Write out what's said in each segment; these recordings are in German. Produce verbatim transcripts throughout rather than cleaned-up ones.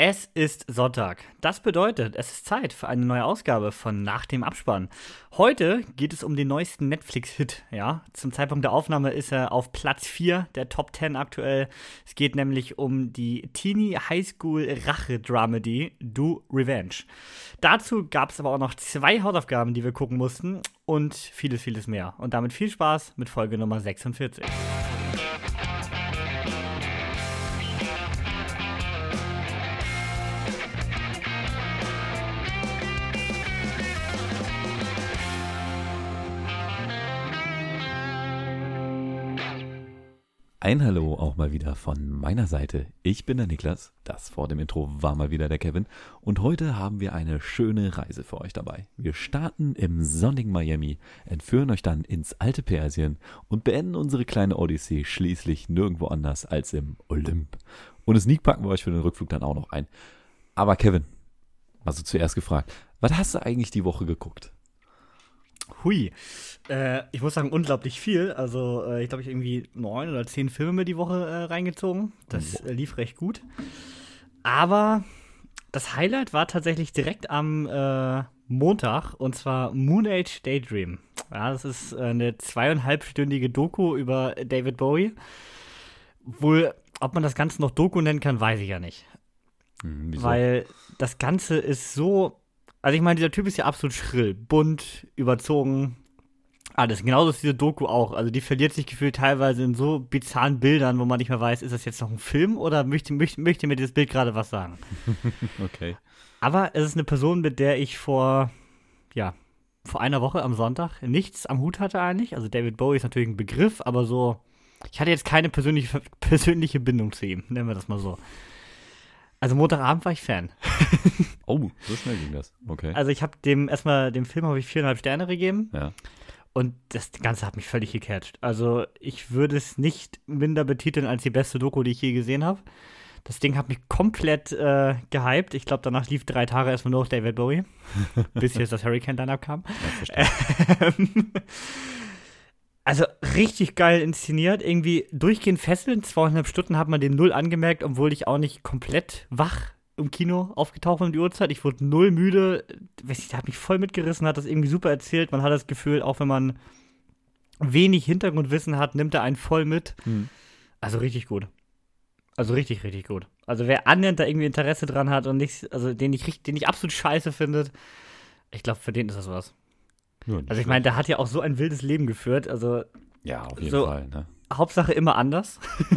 Es ist Sonntag. Das bedeutet, es ist Zeit für eine neue Ausgabe von Nach dem Abspann. Heute geht es um den neuesten Netflix-Hit. Ja? Zum Zeitpunkt der Aufnahme ist er auf Platz vier der Top zehn aktuell. Es geht nämlich um die Teenie Highschool Rache-Dramedy Do Revenge. Dazu gab es aber auch noch zwei Hausaufgaben, die wir gucken mussten und vieles, vieles mehr. Und damit viel Spaß mit Folge Nummer sechsundvierzig. Ein Hallo auch mal wieder von meiner Seite. Ich bin der Niklas, das vor dem Intro war mal wieder der Kevin und heute haben wir eine schöne Reise für euch dabei. Wir starten im sonnigen Miami, entführen euch dann ins alte Persien und beenden unsere kleine Odyssee schließlich nirgendwo anders als im Olymp. Und das Sneak packen wir euch für den Rückflug dann auch noch ein. Aber Kevin, also zuerst gefragt, was hast du eigentlich die Woche geguckt? Hui, äh, ich muss sagen, unglaublich viel. Also äh, ich glaube, ich irgendwie neun oder zehn Filme mir die Woche äh, reingezogen. Das äh, lief recht gut. Aber das Highlight war tatsächlich direkt am äh, Montag, und zwar Moon Age Daydream. Ja, das ist äh, eine zweieinhalbstündige Doku über David Bowie. Wohl, ob man das Ganze noch Doku nennen kann, weiß ich ja nicht. Hm, wieso? Weil das Ganze ist so. Also ich meine, dieser Typ ist ja absolut schrill, bunt, überzogen, alles. Genauso ist diese Doku auch. Also die verliert sich gefühlt teilweise in so bizarren Bildern, wo man nicht mehr weiß, ist das jetzt noch ein Film oder möchte, möchte, möchte mir dieses Bild gerade was sagen. Okay. Aber es ist eine Person, mit der ich vor, ja, vor einer Woche am Sonntag nichts am Hut hatte eigentlich. Also David Bowie ist natürlich ein Begriff, aber so, ich hatte jetzt keine persönliche, persönliche Bindung zu ihm, nennen wir das mal so. Also Montagabend war ich Fan. Oh, so schnell ging das. Okay. Also ich habe dem erstmal, dem Film habe ich viereinhalb Sterne gegeben. Ja. Und das Ganze hat mich völlig gecatcht. Also ich würde es nicht minder betiteln als die beste Doku, die ich je gesehen habe. Das Ding hat mich komplett äh, gehypt. Ich glaube, danach lief drei Tage erstmal nur auf David Bowie. Bis jetzt das Hurricane-Line-Up kam. Ja, Ähm, Also richtig geil inszeniert, irgendwie durchgehend fesselnd. Zweieinhalb Stunden hat man den null angemerkt, obwohl ich auch nicht komplett wach im Kino aufgetaucht bin um die Uhrzeit. Ich wurde null müde. Weiß ich, der hat mich voll mitgerissen, hat das irgendwie super erzählt. Man hat das Gefühl, auch wenn man wenig Hintergrundwissen hat, nimmt er einen voll mit. Hm. Also richtig gut. Also richtig, richtig gut. Also wer annähernd da irgendwie Interesse dran hat und nicht, also den ich, richtig- den ich absolut scheiße findet, ich glaube, für den ist das was. Ja, nicht Also ich meine, der hat ja auch so ein wildes Leben geführt. Also Ja, auf jeden so- Fall. Ne? Hauptsache immer anders.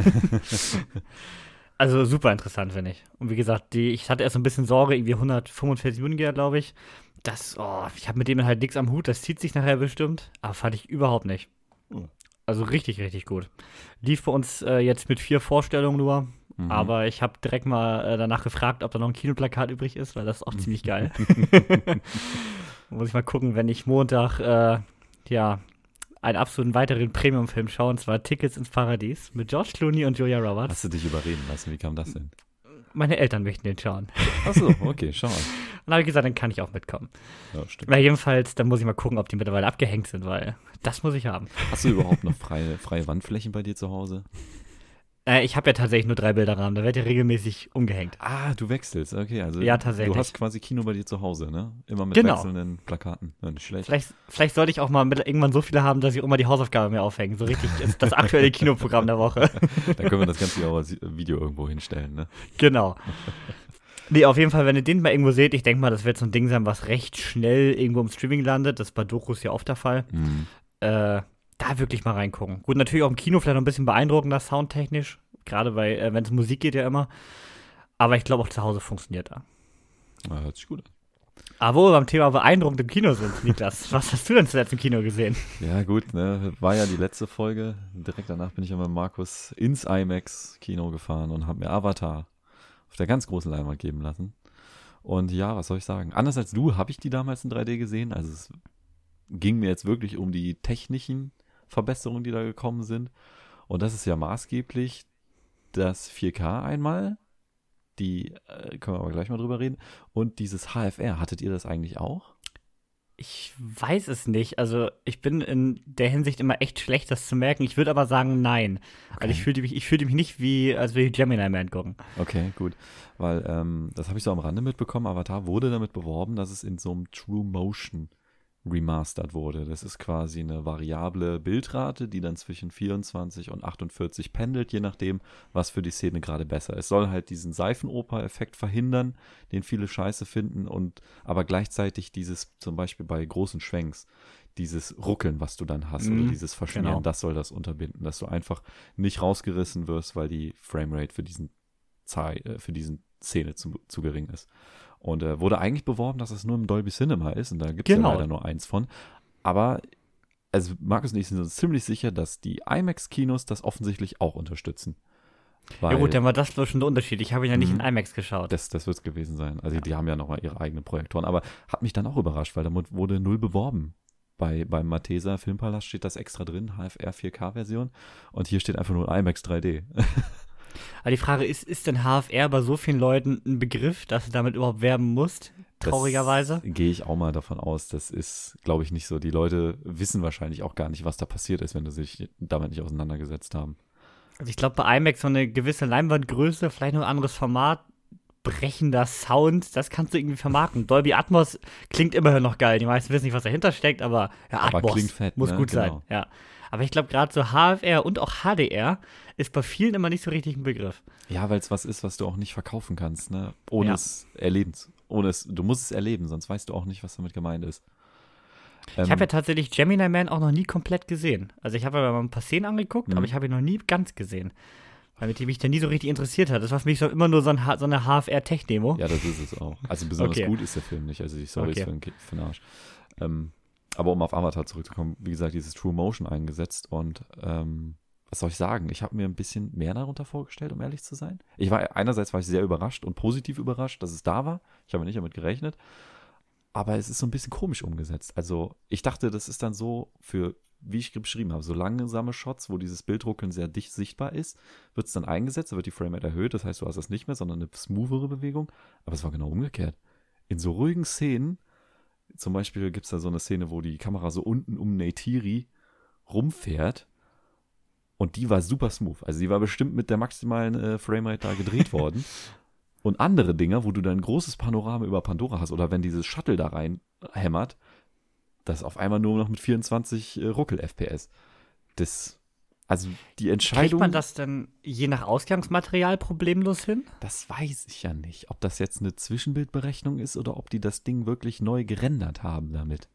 Also super interessant, finde ich. Und wie gesagt, die, ich hatte erst so ein bisschen Sorge, irgendwie hundertfünfundvierzig Minuten geht, glaube ich. Das, oh, ich habe mit dem halt nichts am Hut, das zieht sich nachher bestimmt. Aber fand ich überhaupt nicht. Oh. Also richtig, richtig gut. Lief bei uns äh, jetzt mit vier Vorstellungen nur. Mhm. Aber ich habe direkt mal äh, danach gefragt, ob da noch ein Kinoplakat übrig ist, weil das ist auch ziemlich geil. Muss ich mal gucken, wenn ich Montag, äh, ja, einen absoluten weiteren Premium-Film schaue, und zwar Tickets ins Paradies mit George Clooney und Julia Roberts. Hast du dich überreden lassen? Wie kam das denn? Meine Eltern möchten den schauen. Achso, okay, schau mal. Und dann habe ich gesagt, dann kann ich auch mitkommen. Ja, stimmt. Weil jedenfalls, dann muss ich mal gucken, ob die mittlerweile abgehängt sind, weil das muss ich haben. Hast du überhaupt noch freie, freie Wandflächen bei dir zu Hause? Äh, ich habe ja tatsächlich nur drei Bilderrahmen, da wird ja regelmäßig umgehängt. Ah, du wechselst, okay. Also Ja, tatsächlich. Du hast quasi Kino bei dir zu Hause, ne? Immer mit Genau. wechselnden Plakaten. Ja, nicht schlecht. Vielleicht, vielleicht sollte ich auch mal mit, irgendwann so viele haben, dass ich auch mal die Hausaufgabe mir aufhängen. So richtig ist das aktuelle Kinoprogramm der Woche. Dann können wir das Ganze ja auch als Video irgendwo hinstellen, ne? Genau. Nee, auf jeden Fall, wenn ihr den mal irgendwo seht, ich denke mal, das wird so ein Ding sein, was recht schnell irgendwo im Streaming landet. Das ist bei Dokus ja oft der Fall. Mhm. Äh, da wirklich mal reingucken. Gut, natürlich auch im Kino vielleicht noch ein bisschen beeindruckender, soundtechnisch. Gerade bei, äh, wenn es Musik geht ja immer. Aber ich glaube auch zu Hause funktioniert da. Ja, hört sich gut an. Aber wo wir beim Thema beeindruckend im Kino sind, Niklas, was hast du denn zuletzt im Kino gesehen? Ja, gut, ne? War ja die letzte Folge. Direkt danach bin ich ja mit Markus ins IMAX-Kino gefahren und habe mir Avatar auf der ganz großen Leinwand geben lassen. Und ja, was soll ich sagen? Anders als du habe ich die damals in drei D gesehen. Also es ging mir jetzt wirklich um die technischen Verbesserungen, die da gekommen sind. Und das ist ja maßgeblich das vier K einmal. Die äh, können wir aber gleich mal drüber reden. Und dieses H F R, hattet ihr das eigentlich auch? Ich weiß es nicht. Also, ich bin in der Hinsicht immer echt schlecht, das zu merken. Ich würde aber sagen, nein. Okay. Also, ich fühlte mich, ich fühlte mich nicht wie, als würde ich Gemini Man gucken. Okay, gut. Weil, ähm, das habe ich so am Rande mitbekommen. Avatar wurde damit beworben, dass es in so einem True Motion remastert wurde. Das ist quasi eine variable Bildrate, die dann zwischen vierundzwanzig und achtundvierzig pendelt, je nachdem, was für die Szene gerade besser ist. Es soll halt diesen Seifenoper-Effekt verhindern, den viele scheiße finden, und aber gleichzeitig dieses, zum Beispiel bei großen Schwenks, dieses Ruckeln, was du dann hast, Mhm, oder dieses Verschmieren, genau. das soll das unterbinden, dass du einfach nicht rausgerissen wirst, weil die Framerate für diesen Zei- äh, für diesen Szene zu, zu gering ist. Und äh, wurde eigentlich beworben, dass es nur im Dolby Cinema ist, und da gibt es Genau. ja leider nur eins von. Aber also Markus und ich sind uns ziemlich sicher, dass die IMAX-Kinos das offensichtlich auch unterstützen. Weil Ja gut, dann war das wohl schon der Unterschied. Ich habe ihn ja nicht Mhm. in IMAX geschaut. das, das wird es gewesen sein. Also die haben ja nochmal ihre eigenen Projektoren. Aber hat mich dann auch überrascht, weil damit wurde null beworben. Bei, beim Mathesa Filmpalast steht das extra drin, H F R vier K-Version. Und hier steht einfach nur IMAX drei D. Aber die Frage ist, ist denn H F R bei so vielen Leuten ein Begriff, dass du damit überhaupt werben musst? Traurigerweise. Das gehe ich auch mal davon aus. Das ist, glaube ich, nicht so. Die Leute wissen wahrscheinlich auch gar nicht, was da passiert ist, wenn sie sich damit nicht auseinandergesetzt haben. Also ich glaube, bei IMAX so eine gewisse Leinwandgröße, vielleicht noch ein anderes Format, brechender Sound, das kannst du irgendwie vermarkten. Dolby Atmos klingt immerhin noch geil. Die meisten wissen nicht, was dahinter steckt, aber ja, Aber Atmos klingt fett, muss ne? gut Genau. sein. Ja. Aber ich glaube, gerade so H F R und auch H D R ist bei vielen immer nicht so richtig ein Begriff. Ja, weil es was ist, was du auch nicht verkaufen kannst, ne? Ohne Ja. es erleben. Ohne es, du musst es erleben, sonst weißt du auch nicht, was damit gemeint ist. Ähm, Ich habe ja tatsächlich Gemini Man auch noch nie komplett gesehen. Also ich habe ja mal ein paar Szenen angeguckt, Mhm. aber ich habe ihn noch nie ganz gesehen. Weil mit dem mich dann nie so richtig interessiert hat. Das war für mich so immer nur so, ein, H- so eine H F R-Tech-Demo. Ja, das ist es auch. Also besonders Okay. gut ist der Film nicht. Also die Story Okay. ist für den, Ki- für den Arsch. Ähm, aber um auf Avatar zurückzukommen, wie gesagt, dieses True Motion eingesetzt, und ähm, was soll ich sagen? Ich habe mir ein bisschen mehr darunter vorgestellt, um ehrlich zu sein. Ich war, einerseits war ich sehr überrascht und positiv überrascht, dass es da war. Ich habe nicht damit gerechnet. Aber es ist so ein bisschen komisch umgesetzt. Also ich dachte, das ist dann so für, wie ich beschrieben habe, so langsame Shots, wo dieses Bildruckeln sehr dicht sichtbar ist, wird es dann eingesetzt, da wird die Framerate erhöht, das heißt, du hast das nicht mehr, sondern eine smoothere Bewegung. Aber es war genau umgekehrt. In so ruhigen Szenen, zum Beispiel gibt es da so eine Szene, wo die Kamera so unten um Neytiri rumfährt, und die war super smooth. Also die war bestimmt mit der maximalen äh, Framerate da gedreht worden. Und andere Dinger, wo du dann ein großes Panorama über Pandora hast, oder wenn dieses Shuttle da rein hämmert, das auf einmal nur noch mit vierundzwanzig äh, Ruckel-F P S. Das, also die Entscheidung. Kriegt man das dann je nach Ausgangsmaterial problemlos hin? Das weiß ich ja nicht. Ob das jetzt eine Zwischenbildberechnung ist oder ob die das Ding wirklich neu gerendert haben damit.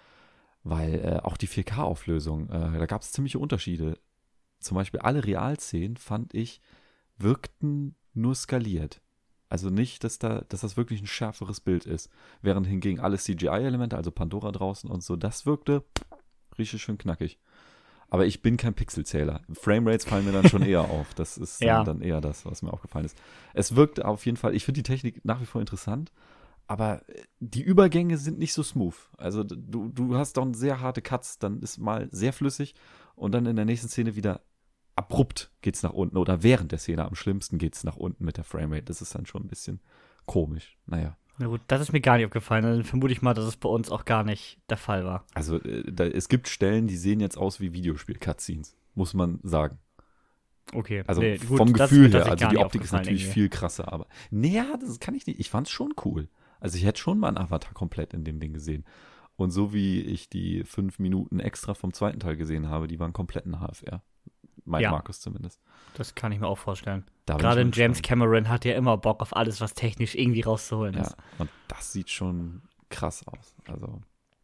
Weil äh, auch die vier K-Auflösung, äh, da gab es ziemliche Unterschiede. Zum Beispiel alle Realszenen, fand ich, wirkten nur skaliert. Also nicht, dass, da, dass das wirklich ein schärferes Bild ist. Während hingegen alle C G I-Elemente, also Pandora draußen und so, das wirkte richtig schön knackig. Aber ich bin kein Pixelzähler. Framerates fallen mir dann schon eher auf. Das ist dann, Ja. dann eher das, was mir aufgefallen ist. Es wirkt auf jeden Fall, ich finde die Technik nach wie vor interessant, aber die Übergänge sind nicht so smooth. Also du, du hast doch sehr harte Cuts, dann ist mal sehr flüssig und dann in der nächsten Szene wieder abrupt geht's nach unten. Oder während der Szene am schlimmsten geht's nach unten mit der Framerate. Das ist dann schon ein bisschen komisch. Naja. Na gut, das ist mir gar nicht aufgefallen. Dann vermute ich mal, dass es bei uns auch gar nicht der Fall war. Also äh, da, es gibt Stellen, die sehen jetzt aus wie Videospiel-Cutscenes, muss man sagen. Okay. Also Nee, gut, vom das ist Gefühl mir her, tatsächlich also gar die nicht Optik ist aufgefallen natürlich irgendwie. viel krasser, aber naja, das kann ich nicht. Ich fand's schon cool. Also ich hätte schon mal einen Avatar komplett in dem Ding gesehen. Und so wie ich die fünf Minuten extra vom zweiten Teil gesehen habe, die waren komplett in H F R. Mein Ja. Markus zumindest. Das kann ich mir auch vorstellen. Da bin Gerade ich in mal James gespannt. Cameron hat ja immer Bock auf alles, was technisch irgendwie rauszuholen Ja, ist. und das sieht schon krass aus. Also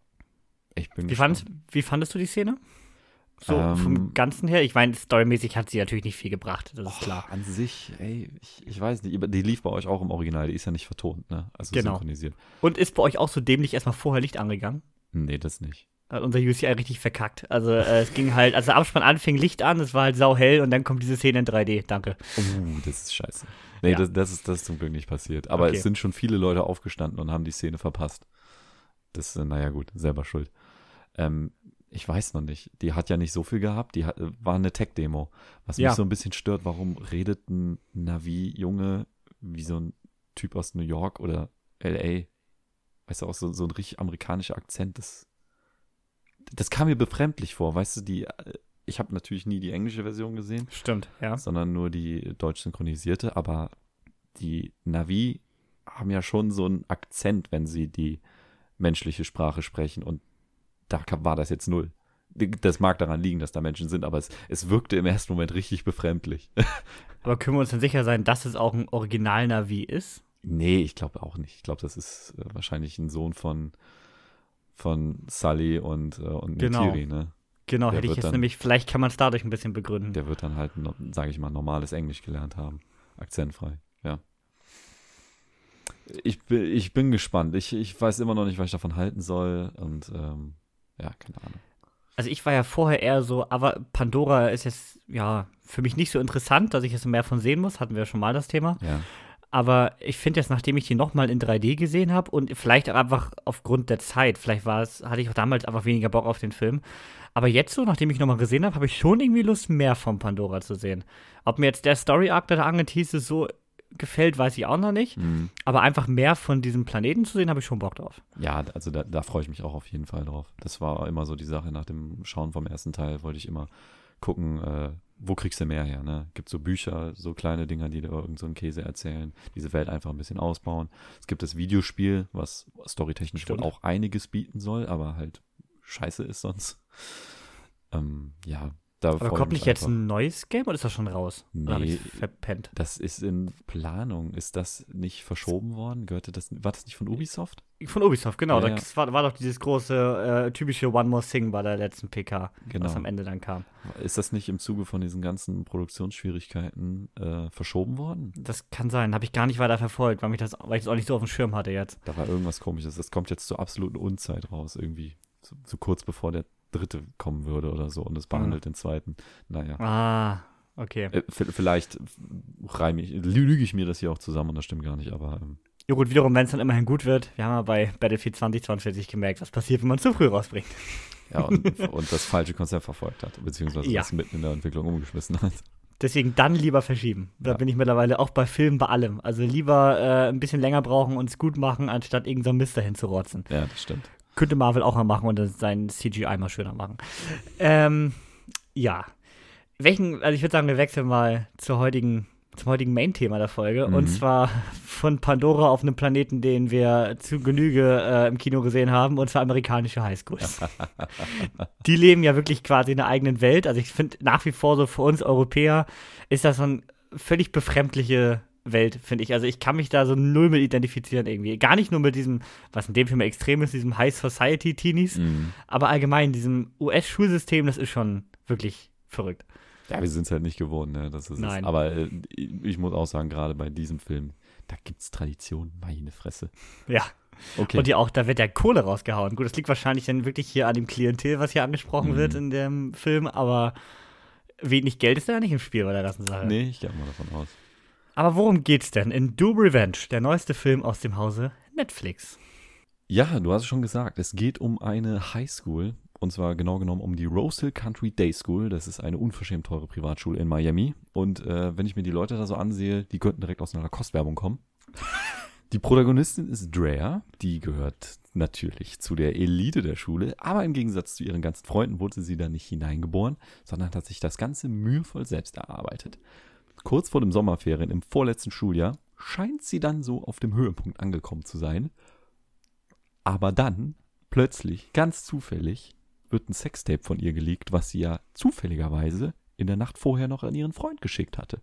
ich bin Wie, gespannt. fand, wie fandest du die Szene? So Ähm, vom Ganzen her? Ich meine, storymäßig hat sie natürlich nicht viel gebracht, das ist Och, klar. An sich, ey, ich, ich weiß nicht, die lief bei euch auch im Original, die ist ja nicht vertont, ne? Also Genau. synchronisiert. Und ist bei euch auch so dämlich erstmal vorher Licht angegangen? Nee, das nicht. Hat unser U C I richtig verkackt. Also äh, es ging halt, als der Abspann anfing, Licht an, es war halt sauhell und dann kommt diese Szene in drei D. Danke. Uh, das ist scheiße. Nee, Ja. das, das, ist, das ist zum Glück nicht passiert. Aber Okay. es sind schon viele Leute aufgestanden und haben die Szene verpasst. Das, äh, naja gut, selber schuld. Ähm, ich weiß noch nicht. Die hat ja nicht so viel gehabt. Die hat, war eine Tech-Demo. Was Ja. mich so ein bisschen stört, warum redet ein Navi-Junge wie so ein Typ aus New York oder L A? weißt du, auch so, so ein richtig amerikanischer Akzent, das, das kam mir befremdlich vor, weißt du, die, ich habe natürlich nie die englische Version gesehen. Stimmt, ja. Sondern nur die deutsch synchronisierte, aber die Na'vi haben ja schon so einen Akzent, wenn sie die menschliche Sprache sprechen und da war das jetzt null. Das mag daran liegen, dass da Menschen sind, aber es, es wirkte im ersten Moment richtig befremdlich. Aber können wir uns dann sicher sein, dass es auch ein Original-Na'vi ist? Nee, ich glaube auch nicht. Ich glaube, das ist äh, wahrscheinlich ein Sohn von, von Sully und, äh, und Genau. Neytiri, ne? Genau, Der hätte ich wird jetzt dann- nämlich, vielleicht kann man es dadurch ein bisschen begründen. Der wird dann halt, sage ich mal, normales Englisch gelernt haben. Akzentfrei, ja. Ich, bin- ich bin gespannt. Ich, ich weiß immer noch nicht, was ich davon halten soll. Und ähm, ja, keine Ahnung. Also ich war ja vorher eher so, aber Pandora ist jetzt, ja, für mich nicht so interessant, dass ich jetzt mehr von sehen muss, hatten wir ja schon mal das Thema. Ja. Aber ich finde jetzt, nachdem ich die nochmal in drei D gesehen habe und vielleicht auch einfach aufgrund der Zeit, vielleicht war es, hatte ich auch damals einfach weniger Bock auf den Film. Aber jetzt so, nachdem ich nochmal gesehen habe, habe ich schon irgendwie Lust, mehr von Pandora zu sehen. Ob mir jetzt der Story-Arc, der da angeteased ist, so gefällt, weiß ich auch noch nicht. Mhm. Aber einfach mehr von diesem Planeten zu sehen, habe ich schon Bock drauf. Ja, also da, da freue ich mich auch auf jeden Fall drauf. Das war immer so die Sache nach dem Schauen vom ersten Teil, wollte ich immer gucken, äh, wo kriegst du mehr her, ne? Gibt so Bücher, so kleine Dinger, die dir irgend so einen Käse erzählen, diese Welt einfach ein bisschen ausbauen. Es gibt das Videospiel, was storytechnisch wohl Stimmt. auch einiges bieten soll, aber halt scheiße ist sonst. Ähm, ja, da Aber freu ich kommt mich nicht jetzt einfach. ein neues Game oder ist das schon raus? Oder hab Nee. ich's verpennt? Das ist in Planung. Ist das nicht verschoben worden? Gehörte das, war das nicht von Ubisoft? Von Ubisoft, genau. Ja, Das war, war doch dieses große, äh, typische One More Thing bei der letzten P K, Genau. was am Ende dann kam. Ist das nicht im Zuge von diesen ganzen Produktionsschwierigkeiten äh, verschoben worden? Das kann sein, habe ich gar nicht weiter verfolgt, weil, mich das, weil ich das auch nicht so auf dem Schirm hatte jetzt. Da war irgendwas Komisches. Das kommt jetzt zur absoluten Unzeit raus, irgendwie. So, so kurz bevor der dritte kommen würde oder so und es behandelt den zweiten. Naja. Ah, okay. Äh, v- vielleicht reime ich, lüge ich mir das hier auch zusammen und das stimmt gar nicht, aber ähm, Ja gut, wiederum, wenn es dann immerhin gut wird, wir haben ja bei Battlefield zwanzig zweiundvierzig gemerkt, was passiert, wenn man zu früh rausbringt. ja, und, und das falsche Konzept verfolgt hat, beziehungsweise Ja. das mitten in der Entwicklung umgeschmissen hat. Deswegen dann lieber verschieben. Da Ja. bin ich mittlerweile auch bei Filmen bei allem. Also lieber äh, ein bisschen länger brauchen und es gut machen, anstatt irgendein Mist dahin zu rotzen. Ja, das stimmt. Könnte Marvel auch mal machen und dann sein C G I mal schöner machen. Ähm, ja. Welchen, also ich würde sagen, wir wechseln mal zur heutigen, zum heutigen Main-Thema der Folge. Mhm. Und zwar von Pandora auf einem Planeten, den wir zu Genüge äh, im Kino gesehen haben, und zwar amerikanische Highschools. Die leben ja wirklich quasi in einer eigenen Welt. Also ich finde nach wie vor so für uns Europäer ist das so eine völlig befremdliche Welt, finde ich. Also ich kann mich da so null mit identifizieren irgendwie. Gar nicht nur mit diesem, was in dem Film extrem ist, diesem High Society Teenies, Mhm. aber allgemein diesem U S-Schulsystem, das ist schon wirklich verrückt. Ja, wir sind es halt nicht gewohnt, ne? Das ist Nein. Es. Aber äh, ich muss auch sagen, gerade bei diesem Film, da gibt's Tradition, meine Fresse. Ja. Okay. Und ja auch, da wird ja Kohle rausgehauen. Gut, das liegt wahrscheinlich dann wirklich hier an dem Klientel, was hier angesprochen Mhm. wird in dem Film, aber wenig Geld ist da nicht im Spiel bei der ganzen Sache. nee, ich gehe mal davon aus. Aber worum geht's denn in Doom Revenge, der neueste Film aus dem Hause Netflix? Ja, du hast es schon gesagt, es geht um eine Highschool, und zwar genau genommen um die Rose Hill Country Day School. Das ist eine unverschämt teure Privatschule in Miami. Und äh, wenn ich mir die Leute da so ansehe, die könnten direkt aus einer Lacoste-Werbung kommen. Die Protagonistin ist Drea, die gehört natürlich zu der Elite der Schule, aber im Gegensatz zu ihren ganzen Freunden wurde sie da nicht hineingeboren, sondern hat sich das Ganze mühevoll selbst erarbeitet. Kurz vor dem Sommerferien im vorletzten Schuljahr scheint sie dann so auf dem Höhepunkt angekommen zu sein. Aber dann, plötzlich, ganz zufällig, wird ein Sextape von ihr geleakt, was sie ja zufälligerweise in der Nacht vorher noch an ihren Freund geschickt hatte.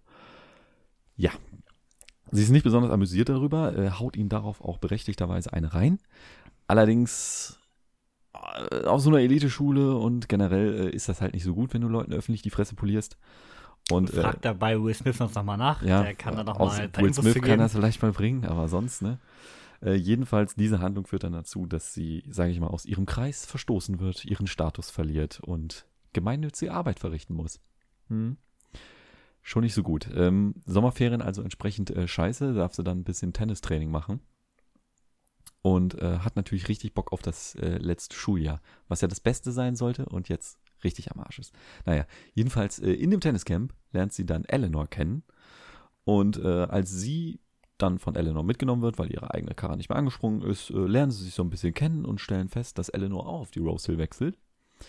Ja, sie ist nicht besonders amüsiert darüber, äh, haut ihm darauf auch berechtigterweise eine rein. Allerdings äh, auf so einer Eliteschule und generell äh, ist das halt nicht so gut, wenn du Leuten öffentlich die Fresse polierst. Und äh, Fragt dabei Will Smith noch mal nach. ja, Der kann da noch aus mal ein paar Will Infos Smith zu kann geben. das vielleicht mal bringen, aber sonst, ne? Äh, jedenfalls, diese Handlung führt dann dazu, dass sie, sage ich mal, aus ihrem Kreis verstoßen wird, ihren Status verliert und gemeinnützige Arbeit verrichten muss. Hm. Schon nicht so gut. Ähm, Sommerferien also entsprechend äh, scheiße, darf sie dann ein bisschen Tennistraining machen. Und äh, hat natürlich richtig Bock auf das äh, letzte Schuljahr, was ja das Beste sein sollte und jetzt richtig am Arsch ist. Naja, jedenfalls äh, in dem Tenniscamp lernt sie dann Eleanor kennen. Und äh, als sie dann von Eleanor mitgenommen wird, weil ihre eigene Karre nicht mehr angesprungen ist, äh, lernen sie sich so ein bisschen kennen und stellen fest, dass Eleanor auch auf die Rose Hill wechselt.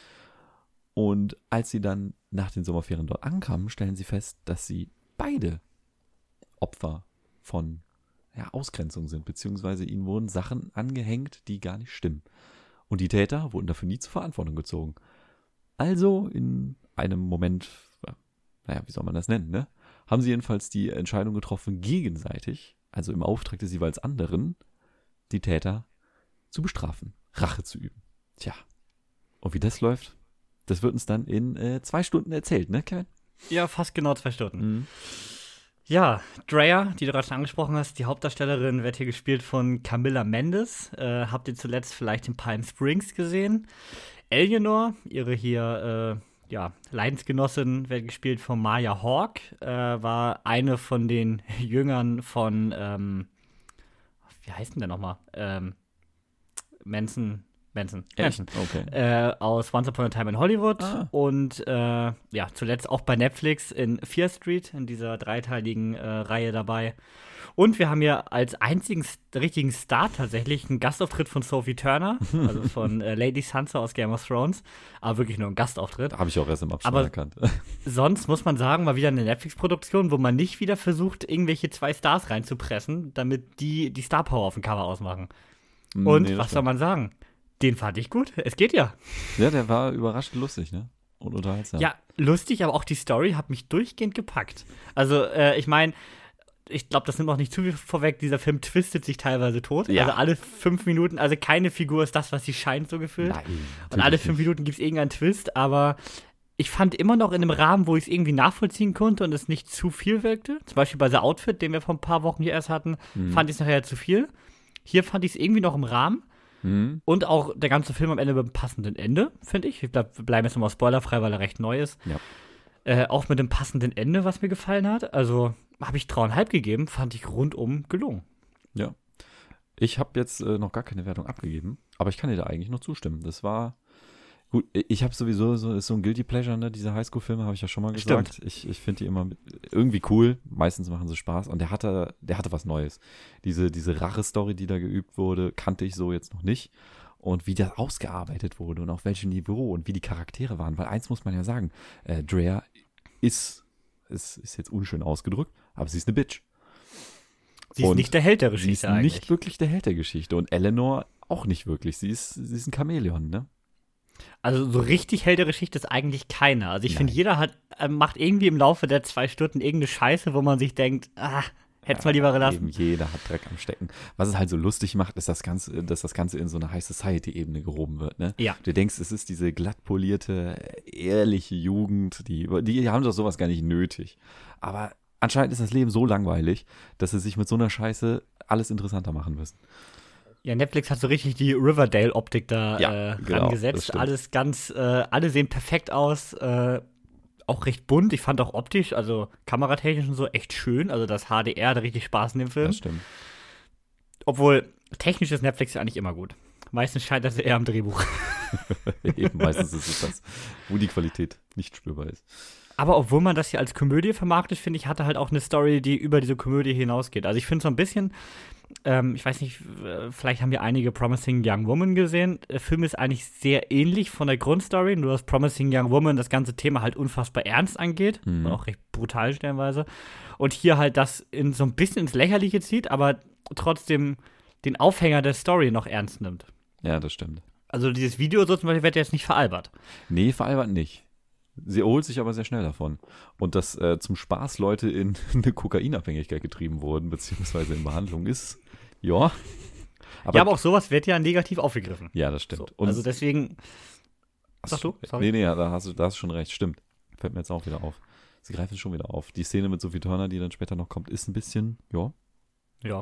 Und als sie dann nach den Sommerferien dort ankamen, stellen sie fest, dass sie beide Opfer von ja, Ausgrenzung sind, beziehungsweise ihnen wurden Sachen angehängt, die gar nicht stimmen. Und die Täter wurden dafür nie zur Verantwortung gezogen. Also in einem Moment, naja, wie soll man das nennen, ne? Haben sie jedenfalls die Entscheidung getroffen, gegenseitig, also im Auftrag des jeweils anderen, die Täter zu bestrafen, Rache zu üben. Tja, und wie das läuft, das wird uns dann in äh, zwei Stunden erzählt, ne, Kevin? Ja, fast genau zwei Stunden. Mhm. Ja, Drea, die du gerade schon angesprochen hast, die Hauptdarstellerin, wird hier gespielt von Camilla Mendes. Äh, habt ihr zuletzt vielleicht in Palm Springs gesehen? Eleanor, ihre hier äh, ja, Leidensgenossin, wird gespielt von Maya Hawke, äh, war eine von den Jüngern von, ähm, wie heißt denn der nochmal? Ähm, Manson. Manson. Manson. Okay. Äh, aus Once Upon a Time in Hollywood. Ah. Und äh, ja, zuletzt auch bei Netflix in Fear Street, in dieser dreiteiligen äh, Reihe dabei. Und wir haben hier als einzigen richtigen Star tatsächlich einen Gastauftritt von Sophie Turner, also von äh, Lady Sansa aus Game of Thrones. Aber wirklich nur ein Gastauftritt. Habe ich auch erst im Abspann Aber erkannt. Sonst muss man sagen, mal wieder eine Netflix-Produktion, wo man nicht wieder versucht, irgendwelche zwei Stars reinzupressen, damit die die Star Power auf dem Cover ausmachen. Und Nee, das was soll stimmt. man sagen? Den fand ich gut. Es geht ja. Ja, der war überraschend lustig, ne? Und unterhaltsam. Ja, lustig, aber auch die Story hat mich durchgehend gepackt. Also, äh, ich meine, ich glaube, das nimmt auch nicht zu viel vorweg. Dieser Film twistet sich teilweise tot. Ja. Also alle fünf Minuten, also keine Figur ist das, was sie scheint, so gefühlt. Nein. Und alle fünf Minuten gibt es irgendeinen Twist, aber ich fand immer noch in einem Rahmen, wo ich es irgendwie nachvollziehen konnte und es nicht zu viel wirkte. Zum Beispiel bei The Outfit, den wir vor ein paar Wochen hier erst hatten, Mhm. fand ich es nachher zu viel. Hier fand ich es irgendwie noch im Rahmen. Mhm. Und auch der ganze Film am Ende mit einem passenden Ende, finde ich. Ich glaube, wir bleiben jetzt nochmal spoilerfrei, weil er recht neu ist. Ja. Äh, auch mit dem passenden Ende, was mir gefallen hat. Also habe ich dreieinhalb gegeben, fand ich rundum gelungen. Ja. Ich habe jetzt äh, noch gar keine Wertung abgegeben, aber ich kann dir da eigentlich noch zustimmen. Das war gut. Ich habe sowieso so, ist so ein Guilty Pleasure, ne? Diese Highschool-Filme habe ich ja schon mal gesagt. Stimmt. Ich, ich finde die immer mit, irgendwie cool. Meistens machen sie Spaß. Und der hatte, der hatte was Neues. Diese, diese Rache-Story, die da geübt wurde, kannte ich so jetzt noch nicht. Und wie das ausgearbeitet wurde und auf welchem Niveau und wie die Charaktere waren. Weil eins muss man ja sagen, äh, Drea ist, ist, ist jetzt unschön ausgedrückt, aber sie ist eine Bitch. Sie ist Und nicht der Held der Sie ist Geschichte eigentlich. nicht wirklich der Held der Geschichte. Und Eleanor auch nicht wirklich. Sie ist, sie ist ein Chamäleon, ne? Also so richtig Held der Geschichte ist eigentlich keiner. Also ich finde, Nein. jeder hat, äh, macht irgendwie im Laufe der zwei Stunden irgendeine Scheiße, wo man sich denkt, ah, hätt's mal lieber gelassen. Eben jeder hat Dreck am Stecken. Was es halt so lustig macht, ist das Ganze, dass das Ganze in so eine High Society-Ebene gehoben wird, ne? Ja. Du denkst, es ist diese glatt polierte, ehrliche Jugend, die, die haben doch sowas gar nicht nötig. Aber anscheinend ist das Leben so langweilig, dass sie sich mit so einer Scheiße alles interessanter machen müssen. Ja, Netflix hat so richtig die Riverdale-Optik da Ja, äh, genau, das rangesetzt. stimmt. Alles ganz, äh, alle sehen perfekt aus, äh, auch recht bunt. Ich fand auch optisch, also kameratechnisch und so, echt schön. Also das H D R hat richtig Spaß in dem Film. Das stimmt. Obwohl, technisch ist Netflix ja eigentlich immer gut. Meistens scheitert es eher am Drehbuch. Eben, meistens ist es das, wo die Qualität nicht spürbar ist. Aber obwohl man das hier als Komödie vermarktet, finde ich, hatte halt auch eine Story, die über diese Komödie hinausgeht. Also ich finde so ein bisschen, ähm, ich weiß nicht, äh, vielleicht haben wir einige Promising Young Woman gesehen. Der Film ist eigentlich sehr ähnlich von der Grundstory, nur dass Promising Young Woman das ganze Thema halt unfassbar ernst angeht. Mhm. Und auch recht brutal stellenweise. Und hier halt das in so ein bisschen ins Lächerliche zieht, aber trotzdem den Aufhänger der Story noch ernst nimmt. Ja, das stimmt. Also dieses Video so zum Beispiel wird jetzt nicht veralbert. Nee, veralbert nicht. Sie erholt sich aber sehr schnell davon. Und dass äh, zum Spaß Leute in eine Kokainabhängigkeit getrieben wurden, beziehungsweise in Behandlung ist, ja. Aber, ja, aber auch sowas wird ja negativ aufgegriffen. ja, das stimmt. So, Und also deswegen. Sag du? Sorry. Nee, nee, ja, da hast du, da hast du schon recht. Stimmt. Fällt mir jetzt auch wieder auf. Sie greifen es schon wieder auf. Die Szene mit Sophie Turner, die dann später noch kommt, ist ein bisschen, ja. Ja.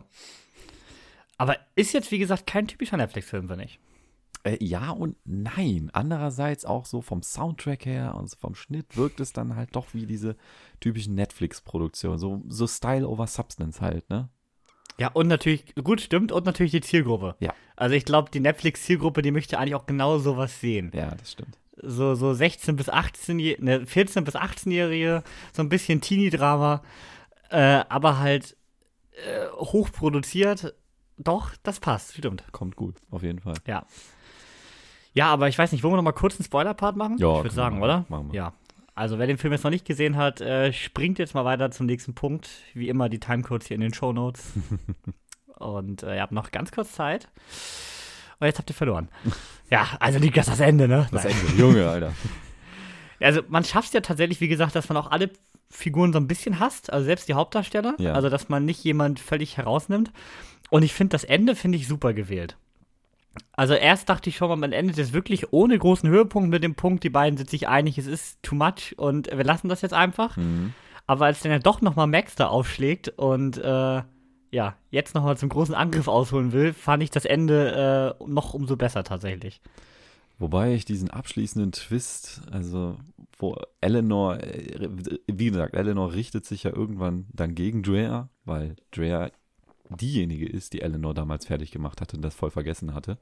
Aber ist jetzt, wie gesagt, kein typischer Netflix-Film, finde ich. Äh, ja und nein. Andererseits auch so vom Soundtrack her und so vom Schnitt wirkt es dann halt doch wie diese typischen Netflix-Produktionen. So, so Style over Substance halt, ne? Ja, und natürlich, gut, stimmt, und natürlich die Zielgruppe. Ja. Also ich glaube, die Netflix-Zielgruppe, die möchte eigentlich auch genau sowas sehen. Ja, das stimmt. So, so sechzehn bis achtzehn, ne, vierzehn bis achtzehn-Jährige, so ein bisschen Teenie-Drama, äh, aber halt äh, hochproduziert. Doch, das passt, stimmt. Kommt gut, auf jeden Fall. Ja. Ja, aber ich weiß nicht, wollen wir noch mal kurz einen Spoiler-Part machen? Ja, ich würde sagen, machen, oder? Machen wir. Ja. Also, wer den Film jetzt noch nicht gesehen hat, äh, springt jetzt mal weiter zum nächsten Punkt. Wie immer die Timecodes hier in den Shownotes. Und äh, ihr habt noch ganz kurz Zeit. Und jetzt habt ihr verloren. Ja, also liegt das das Ende, ne? Das Ende, Junge, Alter. Also, man schafft es ja tatsächlich, wie gesagt, dass man auch alle Figuren so ein bisschen hasst. Also, selbst die Hauptdarsteller. Ja. Also, dass man nicht jemand völlig herausnimmt. Und ich finde, das Ende finde ich super gewählt. Also erst dachte ich schon mal, man endet es wirklich ohne großen Höhepunkt mit dem Punkt, die beiden sind sich einig, es ist too much und wir lassen das jetzt einfach. Mhm. Aber als dann ja doch nochmal Max da aufschlägt und äh, ja, jetzt nochmal zum großen Angriff ausholen will, fand ich das Ende äh, noch umso besser tatsächlich. Wobei ich diesen abschließenden Twist, also wo Eleanor, äh, wie gesagt, Eleanor richtet sich ja irgendwann dann gegen Drea, weil Drea diejenige ist, die Eleanor damals fertig gemacht hatte und das voll vergessen hatte.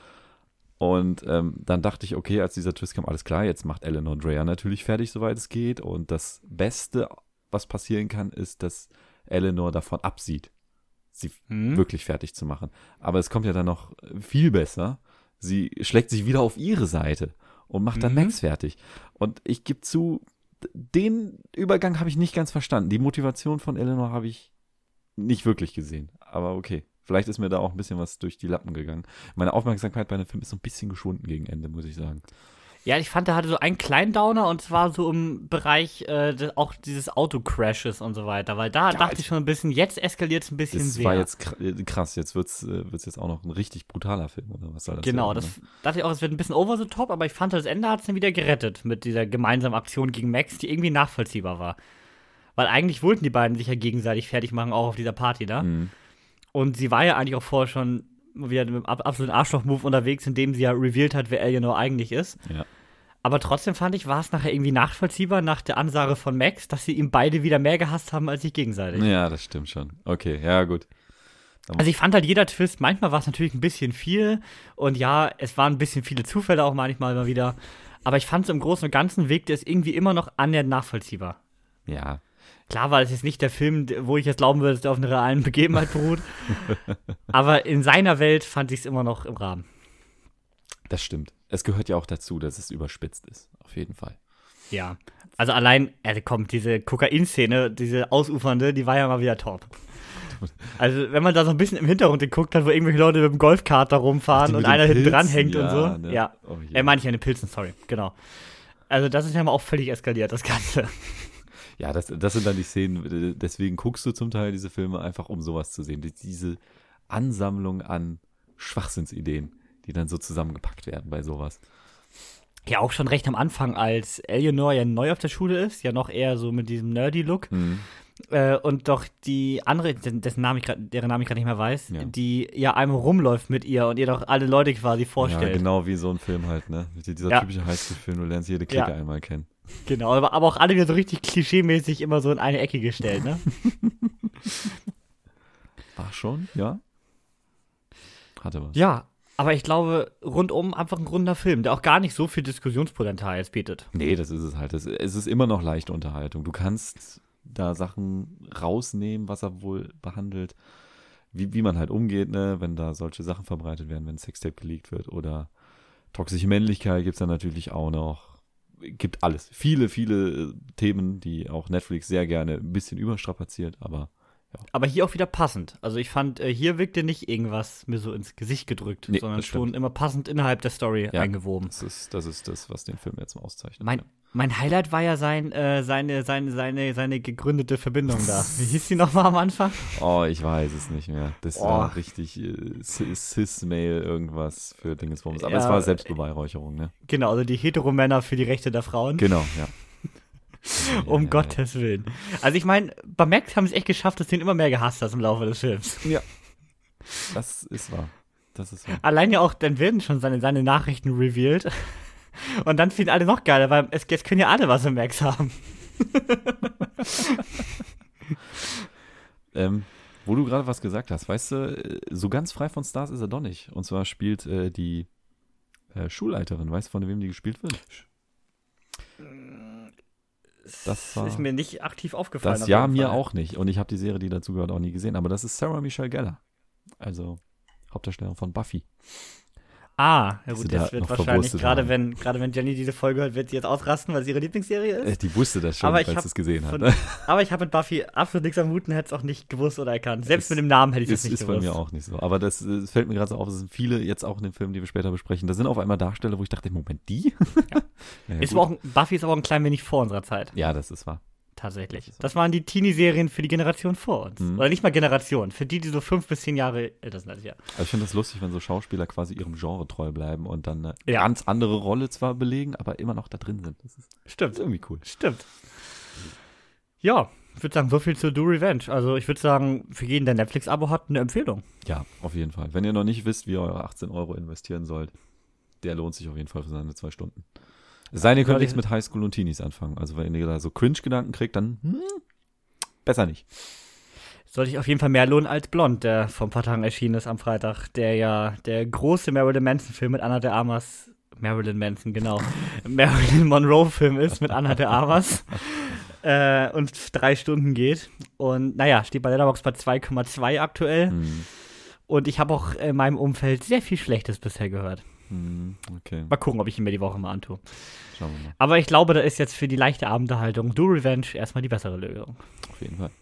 Und ähm, dann dachte ich, okay, als dieser Twist kam, alles klar, jetzt macht Eleanor Drea natürlich fertig, soweit es geht. Und das Beste, was passieren kann, ist, dass Eleanor davon absieht, sie Hm? wirklich fertig zu machen. Aber es kommt ja dann noch viel besser. Sie schlägt sich wieder auf ihre Seite und macht dann Mhm. Max fertig. Und ich gebe zu, den Übergang habe ich nicht ganz verstanden. Die Motivation von Eleanor habe ich nicht wirklich gesehen, aber okay. Vielleicht ist mir da auch ein bisschen was durch die Lappen gegangen. Meine Aufmerksamkeit bei dem Film ist so ein bisschen geschwunden gegen Ende, muss ich sagen. Ja, ich fand, er hatte so einen kleinen Downer und zwar so im Bereich äh, des, auch dieses Autocrashes und so weiter, weil da Ja, dachte ich- ich schon ein bisschen, jetzt eskaliert es ein bisschen Das sehr. war jetzt kr- äh, krass, jetzt wird's, äh, wird's jetzt auch noch ein richtig brutaler Film, oder was soll das Genau, werden, das ne? dachte ich auch, es wird ein bisschen over the top, aber ich fand, das Ende hat es dann wieder gerettet mit dieser gemeinsamen Aktion gegen Max, die irgendwie nachvollziehbar war. Weil eigentlich wollten die beiden sich ja gegenseitig fertig machen, auch auf dieser Party da. Mhm. Und sie war ja eigentlich auch vorher schon wieder mit einem ab- absoluten Arschloch-Move unterwegs, indem sie ja revealed hat, wer Eleanor eigentlich ist. Ja. Aber trotzdem fand ich, war es nachher irgendwie nachvollziehbar nach der Ansage von Max, dass sie ihm beide wieder mehr gehasst haben als sich gegenseitig. Ja, das stimmt schon. Okay, ja, gut. Also ich fand halt jeder Twist, manchmal war es natürlich ein bisschen viel und ja, es waren ein bisschen viele Zufälle auch manchmal mal wieder, aber ich fand es im Großen und Ganzen wirkte es irgendwie immer noch annähernd nachvollziehbar. Ja. Klar war es jetzt nicht der Film, wo ich jetzt glauben würde, dass der auf einer realen Begebenheit beruht, aber in seiner Welt fand ich es immer noch im Rahmen. Das stimmt. Es gehört ja auch dazu, dass es überspitzt ist. Auf jeden Fall. Ja, also allein, also komm, diese Kokain-Szene, diese ausufernde, die war ja mal wieder top. Also, wenn man da so ein bisschen im Hintergrund geguckt hat, wo irgendwelche Leute mit dem Golfkart da rumfahren Die und mit den einer hinten Pilzen, dran hängt und ja, so. ne? Ja. Oh je. Äh, meine ich ja, eine Pilzen, sorry, genau. Also, das ist ja mal auch völlig eskaliert, das Ganze. Ja, das, das sind dann die Szenen, deswegen guckst du zum Teil diese Filme einfach, um sowas zu sehen. Die- Diese Ansammlung an Schwachsinnsideen, die dann so zusammengepackt werden bei sowas. Ja, auch schon recht am Anfang, als Eleanor ja neu auf der Schule ist, ja noch eher so mit diesem Nerdy-Look. Mhm. Äh, und doch die andere, dessen Namen ich grad, deren Namen ich gerade nicht mehr weiß, Ja. die ja einmal rumläuft mit ihr und ihr doch alle Leute quasi vorstellt. Ja, genau wie so ein Film halt, ne? Dieser Ja. typische Highschool-Film, du lernst jede Clique Ja. einmal kennen. Genau, aber, aber auch alle wieder so richtig klischeemäßig immer so in eine Ecke gestellt, ne? War schon, ja? Hatte was. Ja, aber ich glaube, rundum einfach ein runder Film, der auch gar nicht so viel Diskussionspotenzial jetzt bietet. Nee, das ist es halt. Es, es ist immer noch leichte Unterhaltung. Du kannst da Sachen rausnehmen, was er wohl behandelt, wie, wie man halt umgeht, ne, wenn da solche Sachen verbreitet werden, wenn Sextape geleakt wird oder toxische Männlichkeit gibt es dann natürlich auch noch. Gibt alles. Viele, viele äh, Themen, die auch Netflix sehr gerne ein bisschen überstrapaziert, aber Aber hier auch wieder passend. Also ich fand, äh, hier wirkte nicht irgendwas mir so ins Gesicht gedrückt, Nee, sondern das stimmt. schon immer passend innerhalb der Story Ja. eingewoben. das ist, das ist das, was den Film jetzt mal auszeichnet. Mein, ja. mein Highlight war ja sein, äh, seine, seine, seine, seine gegründete Verbindung da. Wie hieß die nochmal am Anfang? Oh, ich weiß es nicht mehr. Das Oh. war richtig äh, Cis- Cis-Mail irgendwas für Dingensbums. Aber Ja. es war Selbstbeweihräucherung, ne? Genau, also die Heteromänner für die Rechte der Frauen. Genau, ja. Um Ja, Gottes Willen. Also ich meine, bei Max haben sie es echt geschafft, dass du ihn immer mehr gehasst hast im Laufe des Films. Ja. Das ist wahr. Das ist wahr. Allein ja auch, dann werden schon seine, seine Nachrichten revealed. Und dann finden alle noch geiler, weil es, jetzt können ja alle was im Max haben. Ähm, wo du gerade was gesagt hast, weißt du, äh, so ganz frei von Stars ist er doch nicht. Und zwar spielt äh, die äh, Schulleiterin, weißt du, von wem die gespielt wird? Das war ist mir nicht aktiv aufgefallen. Das ja, mir auch nicht. Und ich habe die Serie, die dazu gehört, auch nie gesehen. Aber das ist Sarah Michelle Gellar. Also Hauptdarstellerin von Buffy. Ah, ja Ist gut, sie da das wird noch wahrscheinlich, verwurstet gerade haben. wenn, gerade wenn Jenny diese Folge hört, wird sie jetzt ausrasten, weil es ihre Lieblingsserie Äh, ist. die wusste das schon, Aber ich falls hab sie es gesehen hat. von- Ne? Aber ich habe mit Buffy absolut nichts am Hut und hätte es auch nicht gewusst oder erkannt. Selbst Ist- mit dem Namen hätte ich es Ist, nicht ist bei gewusst. mir auch nicht so. Aber das, das fällt mir gerade so auf, es sind viele jetzt auch in den Filmen, die wir später besprechen. Da sind auf einmal Darsteller, wo ich dachte, Moment, die? Ja. ja, Ist gut. aber auch, Buffy ist aber auch ein klein wenig vor unserer Zeit. ja, das ist wahr. Tatsächlich. Das ist so. Das waren die Teenie-Serien für die Generation vor uns. Mhm. Oder nicht mal Generation, für die, die so fünf bis zehn Jahre älter sind als wir. Also ich finde das lustig, wenn so Schauspieler quasi ihrem Genre treu bleiben und dann eine Ja. ganz andere Rolle zwar belegen, aber immer noch da drin sind. Das ist, das Stimmt. ist irgendwie cool. Stimmt. Ja, ich würde sagen, so viel zu Do Revenge. Also ich würde sagen, für jeden, der Netflix-Abo hat, eine Empfehlung. Ja, auf jeden Fall. Wenn ihr noch nicht wisst, wie ihr eure achtzehn Euro investieren sollt, der lohnt sich auf jeden Fall für seine zwei Stunden. Es sei denn, ihr könnt Soll ich- nichts mit Highschool und Teenies anfangen. Also wenn ihr da so Cringe-Gedanken kriegt, dann hm, besser nicht. Sollte ich auf jeden Fall mehr lohnen als Blond, der vor ein paar Tagen erschienen ist am Freitag. Der ja der große Marilyn Manson-Film mit Anna de Armas. Marilyn Manson, genau. Marilyn Monroe-Film ist mit Anna de Armas. äh, und drei Stunden geht. Und naja, steht bei Letterboxd bei zwei Komma zwei aktuell. Hm, Und ich habe auch in meinem Umfeld sehr viel Schlechtes bisher gehört. hm, okay, Mal gucken, ob ich ihn mir die Woche mal antue. schauen wir mal. Aber ich glaube, da ist jetzt für die leichte Abendhaltung Do Revenge erstmal die bessere Lösung. Auf jeden Fall.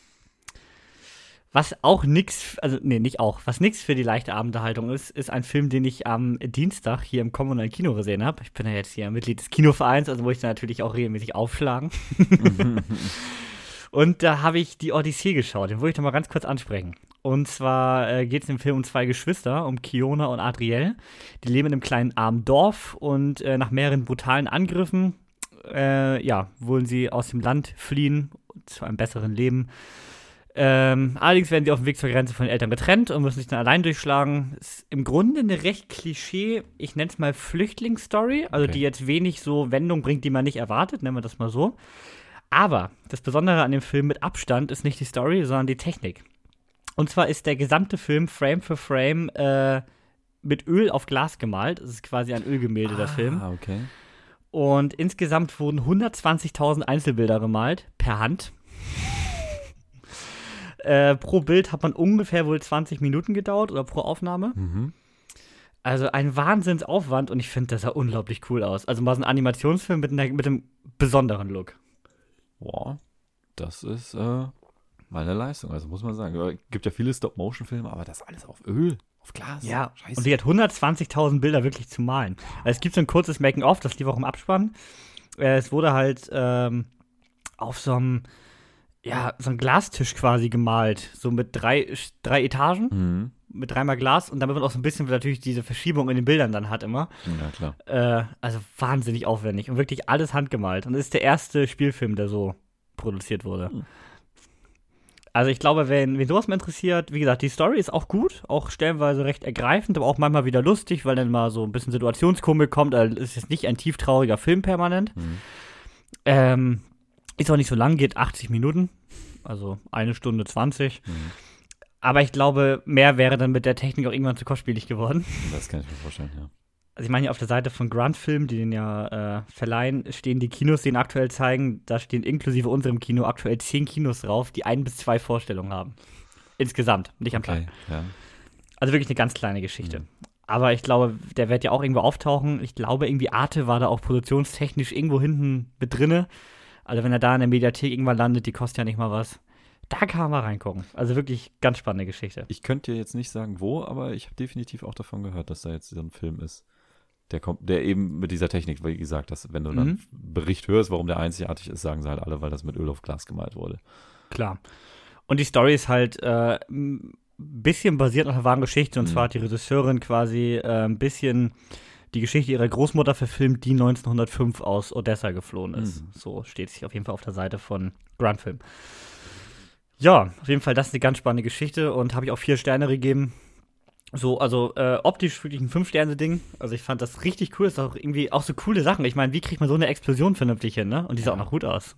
Was auch nix, also nee, nicht auch, was nix für die leichte Abendhaltung ist, ist ein Film, den ich am Dienstag hier im kommunalen Kino gesehen habe. Ich bin ja jetzt hier Mitglied des Kinovereins, also muss ich da natürlich auch regelmäßig aufschlagen. Und da habe ich die Odyssee geschaut, den wollte ich doch mal ganz kurz ansprechen. Und zwar äh, geht es im Film um zwei Geschwister, um Kiona und Adriel. Die leben in einem kleinen armen Dorf und äh, nach mehreren brutalen Angriffen, äh, ja, wollen sie aus dem Land fliehen zu einem besseren Leben. Ähm, allerdings werden sie auf dem Weg zur Grenze von den Eltern getrennt und müssen sich dann allein durchschlagen. Ist im Grunde eine recht Klischee, ich nenne es mal Flüchtlingsstory, also Okay. die jetzt wenig so Wendung bringt, die man nicht erwartet, nennen wir das mal so. Aber das Besondere an dem Film mit Abstand ist nicht die Story, sondern die Technik. Und zwar ist der gesamte Film Frame für Frame äh, mit Öl auf Glas gemalt. Es ist quasi ein Ölgemälde, der Film. Ah, okay. Und insgesamt wurden hundertzwanzigtausend Einzelbilder gemalt, per Hand. äh, pro Bild hat man ungefähr wohl zwanzig Minuten gedauert oder pro Aufnahme. Mhm. Also ein Wahnsinnsaufwand und ich finde, das sah unglaublich cool aus. Also mal so ein Animationsfilm mit, einer, mit einem besonderen Look. Boah, das ist äh, meine Leistung, also muss man sagen. Es gibt ja viele Stop-Motion-Filme, aber das alles auf Öl, auf Glas. Ja, Scheiße. und die hat hundertzwanzigtausend Bilder wirklich zu malen. Also es gibt so ein kurzes Making-of, das lief auch im Abspann. Äh, es wurde halt ähm, auf so einem, ja, so einem Glastisch quasi gemalt. So mit drei, drei Etagen, Mhm. mit dreimal Glas. Und damit man auch so ein bisschen natürlich diese Verschiebung in den Bildern dann hat immer. Ja, klar. Äh, also wahnsinnig aufwendig und wirklich alles handgemalt. Und es ist der erste Spielfilm, der so produziert wurde. Hm. Also ich glaube, wenn wen sowas mal interessiert, wie gesagt, die Story ist auch gut, auch stellenweise recht ergreifend, aber auch manchmal wieder lustig, weil dann mal so ein bisschen Situationskomik kommt. Also es ist jetzt nicht ein tieftrauriger Film permanent. Mhm. Ähm, ist auch nicht so lang, geht achtzig Minuten, also eine Stunde zwanzig. Mhm. Aber ich glaube, mehr wäre dann mit der Technik auch irgendwann zu kostspielig geworden. Das kann ich mir vorstellen, ja. Also ich meine, hier auf der Seite von Grunt Film, die den ja äh, verleihen, stehen die Kinos, die ihn aktuell zeigen. Da stehen inklusive unserem Kino aktuell zehn Kinos drauf, die ein bis zwei Vorstellungen haben. Insgesamt, nicht am Tag. Okay, ja. Also wirklich eine ganz kleine Geschichte. Mhm. Aber ich glaube, der wird ja auch irgendwo auftauchen. Ich glaube, irgendwie Arte war da auch produktionstechnisch irgendwo hinten mit drinne. Also wenn er da in der Mediathek irgendwann landet, die kostet ja nicht mal was. Da kann man mal reingucken. Also wirklich ganz spannende Geschichte. Ich könnte dir jetzt nicht sagen, wo, aber ich habe definitiv auch davon gehört, dass da jetzt so ein Film ist, der kommt, der eben mit dieser Technik, wie gesagt, dass, wenn du dann Mhm. einen Bericht hörst, warum der einzigartig ist, sagen sie halt alle, weil das mit Öl auf Glas gemalt wurde. Klar. Und die Story ist halt äh, ein bisschen basiert auf einer wahren Geschichte. Und Mhm. zwar hat die Regisseurin quasi äh, ein bisschen die Geschichte ihrer Großmutter verfilmt, die neunzehnhundertfünf aus Odessa geflohen ist. Mhm. So steht es auf jeden Fall auf der Seite von Grunt Film. Ja, auf jeden Fall, das ist eine ganz spannende Geschichte und habe ich auch vier Sterne gegeben. So, also äh, optisch wirklich ein Fünf-Sterne-Ding. Also ich fand das richtig cool. Ist auch irgendwie auch so coole Sachen. Ich meine, wie kriegt man so eine Explosion vernünftig hin, ne? Und die sah Ja. auch noch gut aus.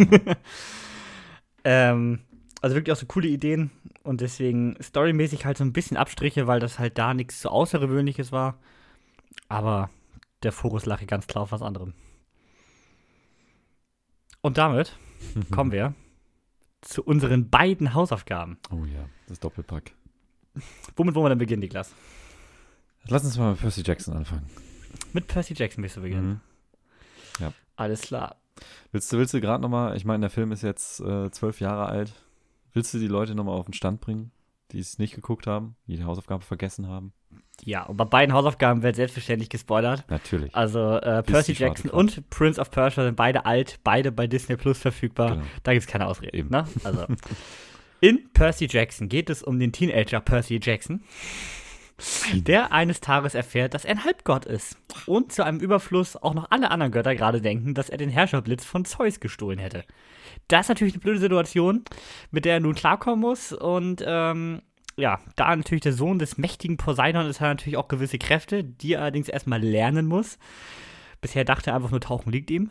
ähm, also wirklich auch so coole Ideen. Und deswegen storymäßig halt so ein bisschen Abstriche, weil das halt da nichts so Außergewöhnliches war. Aber der Fokus lag hier ganz klar auf was anderem. Und damit kommen wir zu unseren beiden Hausaufgaben. Oh ja, das Doppelpack. Womit wollen wir denn beginnen, Niklas? Lass uns mal mit Percy Jackson anfangen. Mit Percy Jackson willst du beginnen? Mhm. Ja. Alles klar. Willst du, willst du gerade nochmal, ich meine, der Film ist jetzt äh, zwölf Jahre alt. Willst du die Leute nochmal auf den Stand bringen, die es nicht geguckt haben, die die Hausaufgabe vergessen haben? Ja, und bei beiden Hausaufgaben wird selbstverständlich gespoilert. Natürlich. Also äh, Percy Jackson und Prince of Persia sind beide alt, beide bei Disney Plus verfügbar. Genau. Da gibt es keine Ausreden. Eben. Ne? Also in Percy Jackson geht es um den Teenager Percy Jackson, der eines Tages erfährt, dass er ein Halbgott ist. Und zu einem Überfluss auch noch alle anderen Götter gerade denken, dass er den Herrscherblitz von Zeus gestohlen hätte. Das ist natürlich eine blöde Situation, mit der er nun klarkommen muss. Und ähm, ja, da natürlich der Sohn des mächtigen Poseidon ist, hat er natürlich auch gewisse Kräfte, die er allerdings erstmal lernen muss. Bisher dachte er einfach nur, Tauchen liegt ihm.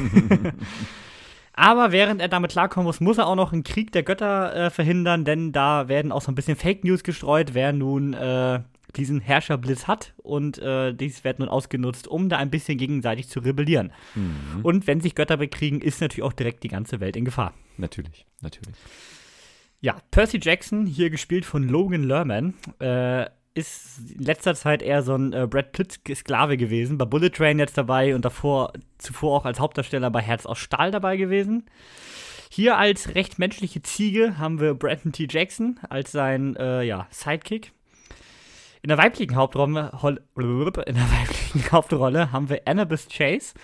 Aber während er damit klarkommen muss, muss er auch noch einen Krieg der Götter äh, verhindern, denn da werden auch so ein bisschen Fake News gestreut, wer nun äh, diesen Herrscherblitz hat. Und äh, dies wird nun ausgenutzt, um da ein bisschen gegenseitig zu rebellieren. Mhm. Und wenn sich Götter bekriegen, ist natürlich auch direkt die ganze Welt in Gefahr. Natürlich, natürlich. Ja, Percy Jackson, hier gespielt von Logan Lerman, äh, ist in letzter Zeit eher so ein äh, Brad Pitt-Sklave gewesen, bei Bullet Train jetzt dabei und davor, zuvor auch als Hauptdarsteller bei Herz aus Stahl dabei gewesen. Hier als recht menschliche Ziege haben wir Brandon T. Jackson als sein äh, ja, Sidekick. In der weiblichen Hauptrolle, in der weiblichen Hauptrolle haben wir Annabeth Chase.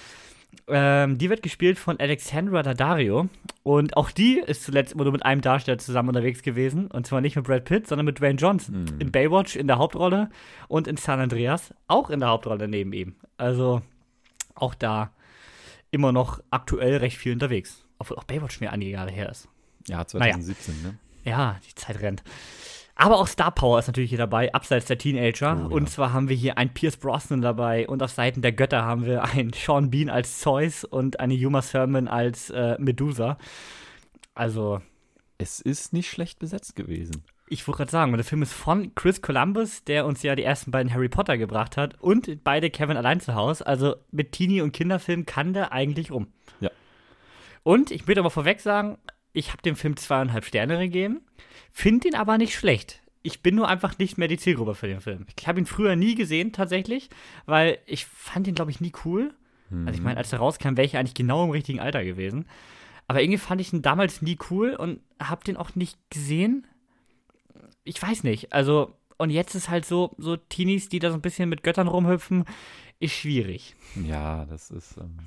Ähm, die wird gespielt von Alexandra Daddario. Und auch die ist zuletzt immer nur mit einem Darsteller zusammen unterwegs gewesen. Und zwar nicht mit Brad Pitt, sondern mit Dwayne Johnson. Mhm. In Baywatch in der Hauptrolle und in San Andreas auch in der Hauptrolle neben ihm. Also auch da immer noch aktuell recht viel unterwegs. Obwohl auch Baywatch mir einige Jahre her ist. Ja, zwanzig siebzehn, naja. Ne? Ja, die Zeit rennt. Aber auch Star Power ist natürlich hier dabei, abseits der Teenager. Oh, ja. Und zwar haben wir hier einen Pierce Brosnan dabei und auf Seiten der Götter haben wir einen Sean Bean als Zeus und eine Uma Thurman als äh, Medusa. Also Es ist nicht schlecht besetzt gewesen. ich wollte gerade sagen, und der Film ist von Chris Columbus, der uns ja die ersten beiden Harry Potter gebracht hat und beide Kevin allein zu Hause. Also mit Teenie- und Kinderfilm kann der eigentlich rum. Ja. Und ich würde aber vorweg sagen, ich habe dem Film zweieinhalb Sterne gegeben, finde ihn aber nicht schlecht. Ich bin nur einfach nicht mehr die Zielgruppe für den Film. Ich habe ihn früher nie gesehen, tatsächlich, weil ich fand ihn, glaube ich, nie cool. Mhm. Also ich meine, als er rauskam, wäre ich eigentlich genau im richtigen Alter gewesen. Aber irgendwie fand ich ihn damals nie cool und habe den auch nicht gesehen. Ich weiß nicht, also, und jetzt ist halt so, so Teenies, die da so ein bisschen mit Göttern rumhüpfen, ist schwierig. Ja, das ist, ähm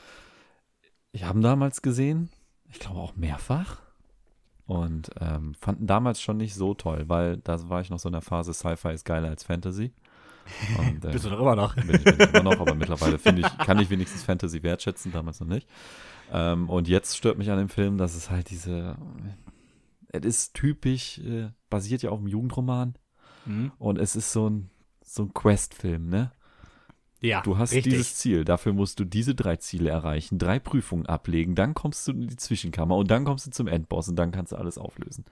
ich habe ihn damals gesehen, ich glaube auch mehrfach und ähm, fanden damals schon nicht so toll, weil da war ich noch so in der Phase, Sci-Fi ist geiler als Fantasy. Und, äh, Bist du doch immer noch. Bin ich, bin ich immer noch, aber mittlerweile finde ich, kann ich wenigstens Fantasy wertschätzen, damals noch nicht. Ähm, und jetzt stört mich an dem Film, dass es halt diese, es ist typisch, äh, basiert ja auf einem Jugendroman Mhm. und es ist so ein, so ein Quest-Film, ne? Ja, Du hast richtig. dieses Ziel, dafür musst du diese drei Ziele erreichen, drei Prüfungen ablegen, dann kommst du in die Zwischenkammer und dann kommst du zum Endboss und dann kannst du alles auflösen.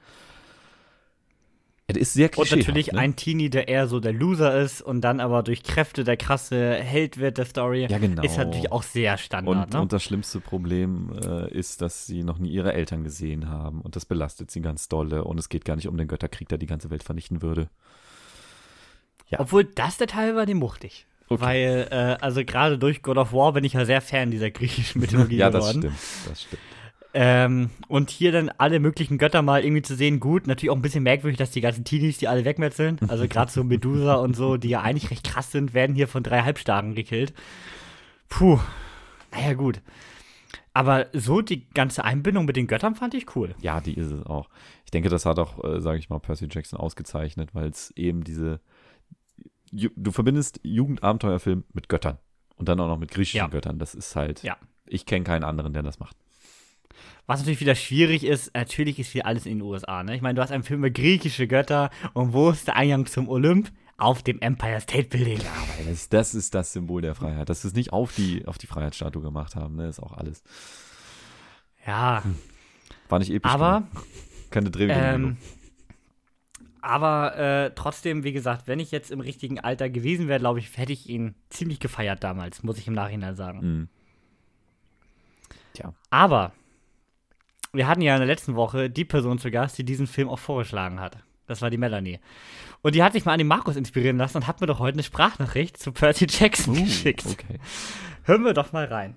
Es ist sehr Und klischeehaft, natürlich ne? ein Teenie, der eher so der Loser ist und dann aber durch Kräfte der krasse Held wird der Story. Ja, genau. Ist natürlich auch sehr Standard, Und, ne? und das schlimmste Problem äh, ist, dass sie noch nie ihre Eltern gesehen haben und das belastet sie ganz dolle und es geht gar nicht um den Götterkrieg, der die ganze Welt vernichten würde. Ja. Obwohl das der Teil war, den mochte ich. Okay. Weil, äh, also gerade durch God of War bin ich ja sehr Fan dieser griechischen Mythologie Ja, das geworden. stimmt, das stimmt. Ähm, und hier dann alle möglichen Götter mal irgendwie zu sehen, gut, natürlich auch ein bisschen merkwürdig, dass die ganzen Teenies die alle wegmetzeln. Also gerade so Medusa und so, die ja eigentlich recht krass sind, werden hier von drei Halbstarken gekillt. Puh, naja gut. Aber so die ganze Einbindung mit den Göttern fand ich cool. Ja, die ist es auch. Ich denke, das hat auch, äh, sage ich mal, Percy Jackson ausgezeichnet, weil es eben diese, Ju- du verbindest Jugendabenteuerfilm mit Göttern und dann auch noch mit griechischen Ja. Göttern. Das ist halt, Ja. ich kenne keinen anderen, der das macht. Was natürlich wieder schwierig ist, natürlich ist hier alles in den U S A, ne? Ich meine, du hast einen Film über griechische Götter und wo ist der Eingang zum Olymp? Auf dem Empire State Building. Ja, weil das, das ist das Symbol der Freiheit. Dass sie es nicht auf die, auf die Freiheitsstatue gemacht haben, ne, ist auch alles. Ja, War nicht episch. aber genug. Keine Drehbedingungen. Ähm, aber äh, trotzdem, wie gesagt, wenn ich jetzt im richtigen Alter gewesen wäre, glaube ich, hätte ich ihn ziemlich gefeiert damals, muss ich im Nachhinein sagen. Mhm. Tja. Aber wir hatten ja in der letzten Woche die Person zu Gast, die diesen Film auch vorgeschlagen hat. Das war die Melanie. Und die hat sich mal an den Markus inspirieren lassen und hat mir doch heute eine Sprachnachricht zu Percy Jackson uh, geschickt. Okay. Hören wir doch mal rein.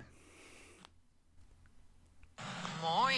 Moin.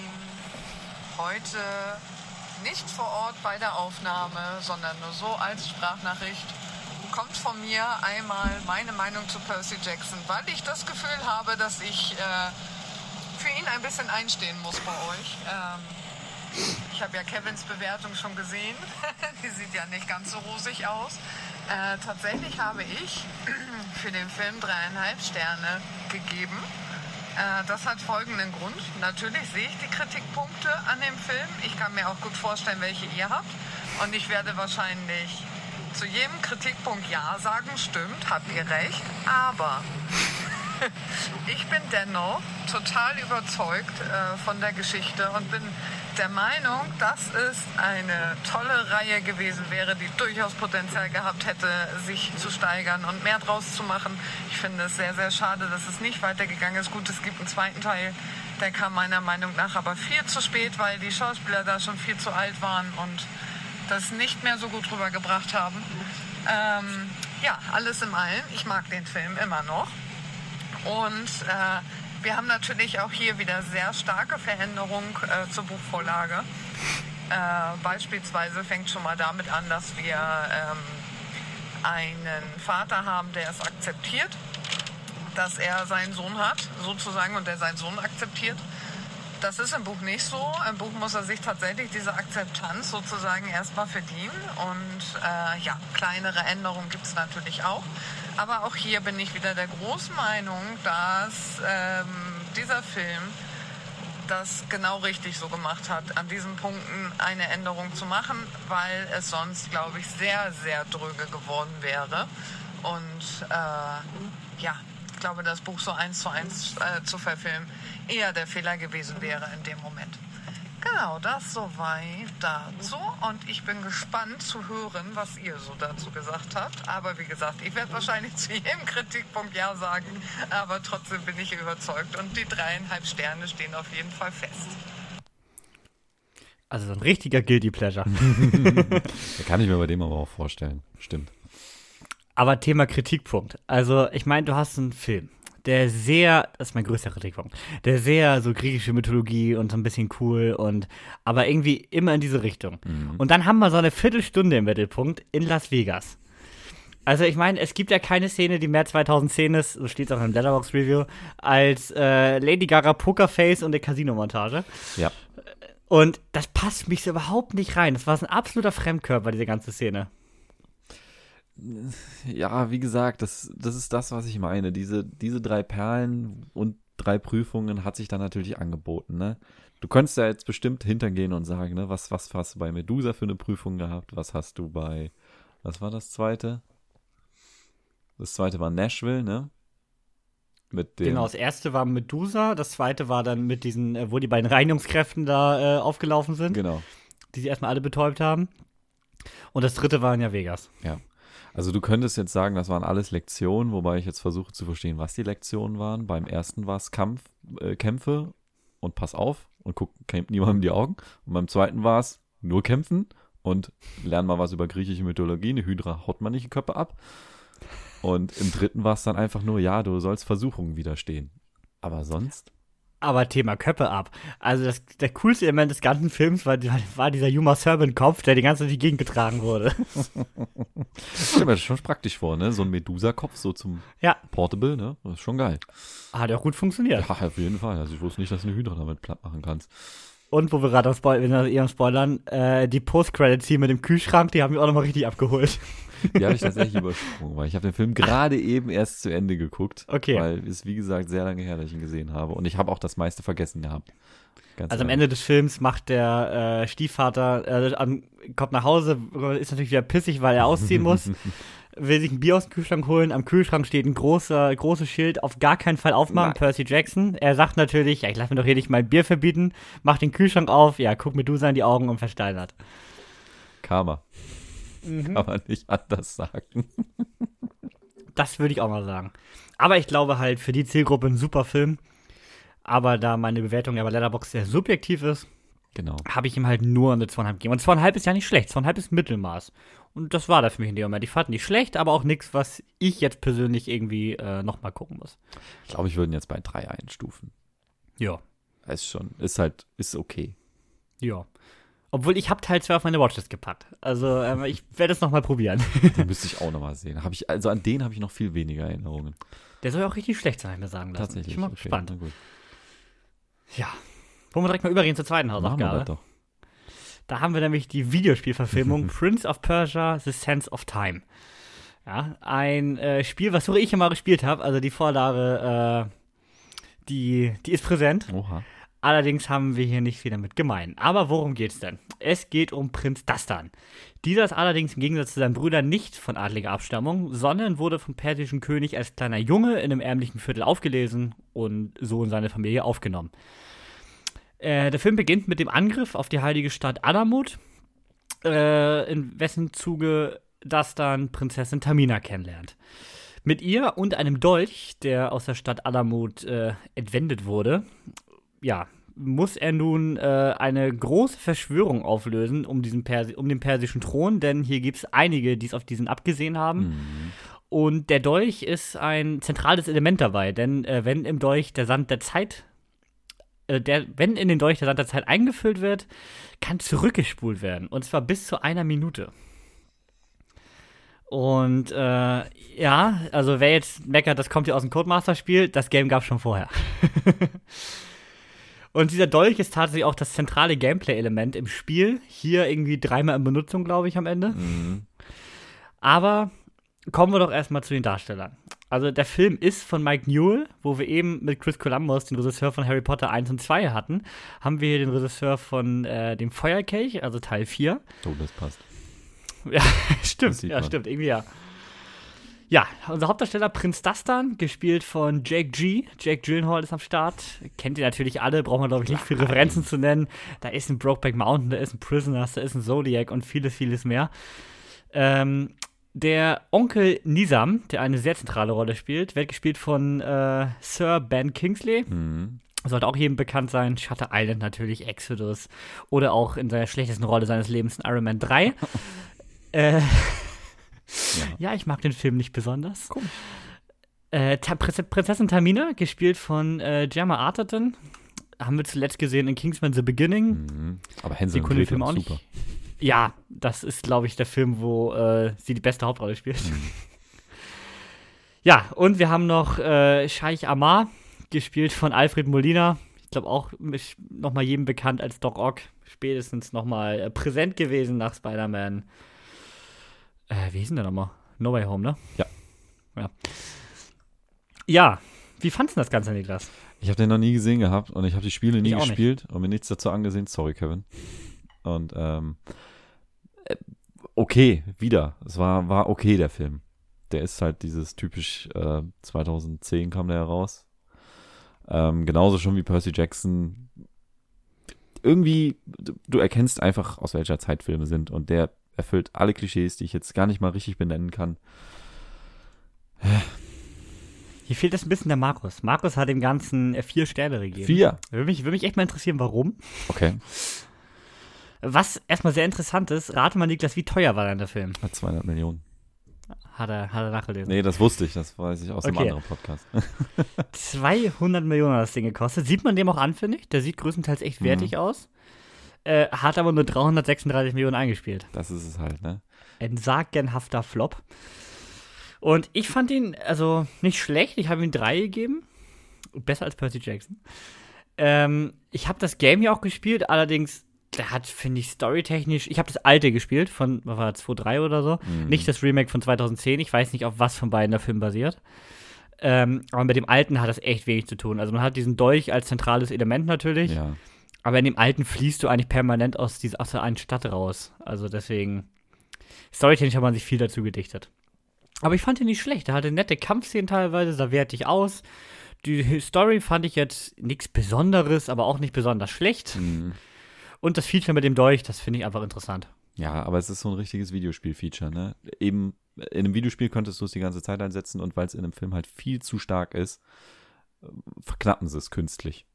Heute nicht vor Ort bei der Aufnahme, sondern nur so als Sprachnachricht. Kommt von mir einmal meine Meinung zu Percy Jackson, weil ich das Gefühl habe, dass ich äh, für ihn ein bisschen einstehen muss bei euch. Ähm, ich habe ja Kevins Bewertung schon gesehen. Die sieht ja nicht ganz so rosig aus. Äh, tatsächlich habe ich für den Film dreieinhalb Sterne gegeben. Äh, das hat folgenden Grund. Natürlich sehe ich die Kritikpunkte an dem Film. Ich kann mir auch gut vorstellen, welche ihr habt. Und ich werde wahrscheinlich zu jedem Kritikpunkt ja sagen. Stimmt, habt ihr recht. Aber ich bin dennoch total überzeugt äh, von der Geschichte und bin der Meinung, dass es eine tolle Reihe gewesen wäre, die durchaus Potenzial gehabt hätte, sich zu steigern und mehr draus zu machen. Ich finde es sehr, sehr schade, dass es nicht weitergegangen ist. Gut, es gibt einen zweiten Teil, der kam meiner Meinung nach aber viel zu spät, weil die Schauspieler da schon viel zu alt waren und das nicht mehr so gut rübergebracht haben. Ähm, ja, alles in allem, ich mag den Film immer noch. Und äh, wir haben natürlich auch hier wieder sehr starke Veränderungen äh, zur Buchvorlage. Äh, beispielsweise fängt schon mal damit an, dass wir ähm, einen Vater haben, der es akzeptiert, dass er seinen Sohn hat, sozusagen, und der seinen Sohn akzeptiert. Das ist im Buch nicht so. Im Buch muss er sich tatsächlich diese Akzeptanz sozusagen erstmal verdienen. Und äh, ja, kleinere Änderungen gibt es natürlich auch. Aber auch hier bin ich wieder der großen Meinung, dass ähm, dieser Film das genau richtig so gemacht hat, an diesen Punkten eine Änderung zu machen, weil es sonst, glaube ich, sehr, sehr dröge geworden wäre. Und äh, ja, ich glaube, das Buch so eins zu eins äh, zu verfilmen eher der Fehler gewesen wäre in dem Moment. Genau, das soweit dazu. Und ich bin gespannt zu hören, was ihr so dazu gesagt habt. Aber wie gesagt, ich werde wahrscheinlich zu jedem Kritikpunkt ja sagen. Aber trotzdem bin ich überzeugt. Und die dreieinhalb Sterne stehen auf jeden Fall fest. Also so ein richtiger Guilty Pleasure. Da kann ich mir bei dem aber auch vorstellen. Stimmt. Aber Thema Kritikpunkt. Also ich meine, du hast einen Film, der sehr, das ist mein größter Kritikpunkt, der sehr so griechische Mythologie und so ein bisschen cool und, aber irgendwie immer in diese Richtung. Mhm. Und dann haben wir so eine Viertelstunde im Mittelpunkt in Las Vegas. Also ich meine, es gibt ja keine Szene, die mehr zweitausendzehn ist, so steht es auch im Letterboxd Review, als äh, Lady Gaga Pokerface und der Casino-Montage. Ja. Und das passt mich so überhaupt nicht rein. Das war so ein absoluter Fremdkörper, diese ganze Szene. Ja, wie gesagt, das, das ist das, was ich meine. Diese, diese drei Perlen und drei Prüfungen hat sich dann natürlich angeboten, ne? Du könntest ja jetzt bestimmt hintergehen und sagen, ne, was, was hast du bei Medusa für eine Prüfung gehabt? Was hast du bei, was war das zweite? Das zweite war Nashville, ne? Mit dem Genau, das erste war Medusa, das zweite war dann mit diesen, äh, wo die beiden Reinigungskräften da äh, aufgelaufen sind. Genau. Die sie erstmal alle betäubt haben. Und das dritte war in ja Vegas. Ja. Also du könntest jetzt sagen, das waren alles Lektionen, wobei ich jetzt versuche zu verstehen, was die Lektionen waren. Beim ersten war es Kampf, äh, Kämpfe und pass auf und guck niemandem in die Augen. Und beim zweiten war es nur kämpfen und lern mal was über griechische Mythologie. Eine Hydra haut man nicht die Köpfe ab. Und im dritten war es dann einfach nur, ja, du sollst Versuchungen widerstehen. Aber sonst? Aber Thema Köpfe ab. Also das, der coolste Element des ganzen Films war, war dieser Yuma Servant-Kopf, der die ganze Zeit durch die Gegend getragen wurde. Ich stelle mir das schon praktisch vor, ne? So ein Medusa-Kopf, so zum ja. Portable, ne? Das ist schon geil. Hat ja auch gut funktioniert. Ja, auf jeden Fall. Also ich wusste nicht, dass du eine Hydra damit platt machen kannst. Und wo wir gerade am Spoil- wenn wir eher am Spoilern, äh, die Post-Credit-Scene mit dem Kühlschrank, die haben mich auch nochmal richtig abgeholt. Die habe ich tatsächlich übersprungen, weil ich habe den Film gerade eben erst zu Ende geguckt. Okay. Weil es ist, wie gesagt, sehr lange her, dass ich ihn gesehen habe. Und ich habe auch das meiste vergessen gehabt. Ganz also am ehrlich. Ende des Films macht der äh, Stiefvater, äh, am, kommt nach Hause, ist natürlich wieder pissig, weil er ausziehen muss, will sich ein Bier aus dem Kühlschrank holen. Am Kühlschrank steht ein großer, großes Schild, auf gar keinen Fall aufmachen, Nein. Percy Jackson. Er sagt natürlich, ja, ich lasse mir doch hier nicht mein Bier verbieten, macht den Kühlschrank auf, ja, guckt Medusa in die Augen und versteinert. Karma. Mhm. Kann man nicht anders sagen. Das würde ich auch mal sagen. Aber ich glaube halt, für die Zielgruppe ein super Film. Aber da meine Bewertung ja bei Letterboxd sehr subjektiv ist, Genau. habe ich ihm halt nur eine zweieinhalb gegeben. Und zweieinhalb ist ja nicht schlecht, zweieinhalb ist Mittelmaß. Und das war da für mich in dem Moment. Ich fand nicht schlecht, aber auch nichts, was ich jetzt persönlich irgendwie äh, nochmal gucken muss. Ich glaube, ich würde ihn jetzt bei drei einstufen. Ja. Ist schon, ist halt, ist okay. Ja. Obwohl, ich habe Teil zwei auf meine Watchlist gepackt. Also, ähm, ich werde es nochmal probieren. Den müsste ich auch nochmal sehen. Hab ich, also an den habe ich noch viel weniger Erinnerungen. Der soll ja auch richtig schlecht sein, habe ich mir sagen lassen. Tatsächlich. Ich bin mal okay, gespannt. na gut. Ja. Wollen wir direkt mal übergehen zur zweiten Machen wir Hausaufgabe? das doch. Da haben wir nämlich die Videospielverfilmung Prince of Persia: The Sands of Time. Ja, ein äh, Spiel, was so ich immer gespielt habe. Also die Vorlage, äh, die, die ist präsent. Oha. Allerdings haben wir hier nicht viel damit gemein. Aber worum geht's denn? Es geht um Prinz Dastan. Dieser ist allerdings im Gegensatz zu seinen Brüdern nicht von adliger Abstammung, sondern wurde vom persischen König als kleiner Junge in einem ärmlichen Viertel aufgelesen und so in seine Familie aufgenommen. Äh, der Film beginnt mit dem Angriff auf die heilige Stadt Adamut, äh, in wessen Zuge Dastan Prinzessin Tamina kennenlernt. Mit ihr und einem Dolch, der aus der Stadt Adamut äh, entwendet wurde, ja, muss er nun äh, eine große Verschwörung auflösen um, diesen Persi- um den persischen Thron, denn hier gibt es einige, die es auf diesen abgesehen haben. Mhm. Und der Dolch ist ein zentrales Element dabei, denn äh, wenn im Dolch der Sand der Zeit, äh, der, wenn in den Dolch der Sand der Zeit eingefüllt wird, kann zurückgespult werden. Und zwar bis zu einer Minute. Und äh, ja, also wer jetzt meckert, das kommt ja aus dem Codemaster-Spiel, das Game gab es schon vorher. Und dieser Dolch ist tatsächlich auch das zentrale Gameplay-Element im Spiel. Hier irgendwie dreimal in Benutzung, glaube ich, am Ende. Mhm. Aber kommen wir doch erstmal zu den Darstellern. Also der Film ist von Mike Newell, wo wir eben mit Chris Columbus, den Regisseur von Harry Potter eins und zwei hatten, haben wir hier den Regisseur von äh, dem Feuerkelch, also Teil vier. Oh, das passt. Ja, Das stimmt, sieht ja, man. stimmt, irgendwie ja. Ja, unser Hauptdarsteller Prinz Dastan, gespielt von Jake G. Jake Gyllenhaal ist am Start. Kennt ihr natürlich alle, braucht man, glaube ich, nicht viele Referenzen zu nennen. Da ist ein Brokeback Mountain, da ist ein Prisoners, da ist ein Zodiac und vieles, vieles mehr. Ähm, der Onkel Nizam, der eine sehr zentrale Rolle spielt, wird gespielt von äh, Sir Ben Kingsley. Mhm. Sollte auch jedem bekannt sein. Shutter Island natürlich, Exodus. Oder auch in seiner schlechtesten Rolle seines Lebens in Iron Man drei. äh, Ja. ja, ich mag den Film nicht besonders. Komisch. Äh, Ta- Prinz- Prinzessin Tamina, gespielt von äh, Gemma Arterton. Haben wir zuletzt gesehen in Kingsman: The Beginning. Mhm. Aber Hänsel und Sekunde Gretel Film auch super. nicht. Ja, das ist, glaube ich, der Film, wo äh, sie die beste Hauptrolle spielt. Ja, und wir haben noch äh, Scheich Amar, gespielt von Alfred Molina. Ich glaube auch nochmal jedem bekannt als Doc Ock. Spätestens nochmal äh, präsent gewesen nach Spider-Man. Äh, wie hieß denn der nochmal? No Way Home, ne? Ja. Ja, ja. Wie fandst du das Ganze, Niklas? Ich habe den noch nie gesehen gehabt und ich habe die Spiele nie Ich auch nicht. gespielt und mir nichts dazu angesehen. Sorry, Kevin. Und ähm, äh, okay, wieder. Es war, war okay, der Film. Der ist halt dieses typisch äh, zweitausendzehn kam der heraus. Ähm, genauso schon wie Percy Jackson. Irgendwie, du, du erkennst einfach, aus welcher Zeit Filme sind und der erfüllt alle Klischees, die ich jetzt gar nicht mal richtig benennen kann. Hier fehlt es ein bisschen der Markus. Markus hat dem Ganzen äh, vier Sterne gegeben. Vier. Würde mich, würde mich echt mal interessieren, warum. Okay. Was erstmal sehr interessant ist, rate mal, Niklas, wie teuer war denn der Film? Hat zweihundert Millionen. Hat er, hat er nachgelesen. Nee, das wusste ich, das weiß ich aus einem Okay. anderen Podcast. zweihundert Millionen hat das Ding gekostet. Sieht man dem auch an, finde ich. Der sieht größtenteils echt Mhm. wertig aus. Äh, hat aber nur dreihundertsechsunddreißig Millionen eingespielt. Das ist es halt, ne? Ein sagenhafter Flop. Und ich fand ihn, also, nicht schlecht. Ich habe ihm drei gegeben. Besser als Percy Jackson. Ähm, ich habe das Game ja auch gespielt, allerdings, der hat, finde ich, storytechnisch, ich habe das alte gespielt, von, was war das, zwei Komma drei oder so. Mhm. Nicht das Remake von zweitausendzehn. Ich weiß nicht, auf was von beiden der Film basiert. Ähm, aber mit dem alten hat das echt wenig zu tun. Also man hat diesen Dolch als zentrales Element natürlich. Ja. Aber in dem alten fließt du eigentlich permanent aus, dieser, aus der einen Stadt raus. Also deswegen, storytechnisch hat man sich viel dazu gedichtet. Aber ich fand ihn nicht schlecht. Er hatte nette Kampfszenen teilweise, sah wertig aus. Die Story fand ich jetzt nichts Besonderes, aber auch nicht besonders schlecht. Mhm. Und das Feature mit dem Dolch, das finde ich einfach interessant. Ja, aber es ist so ein richtiges Videospiel-Feature, ne? Eben, in einem Videospiel könntest du es die ganze Zeit einsetzen und weil es in einem Film halt viel zu stark ist, äh, verknappen sie es künstlich.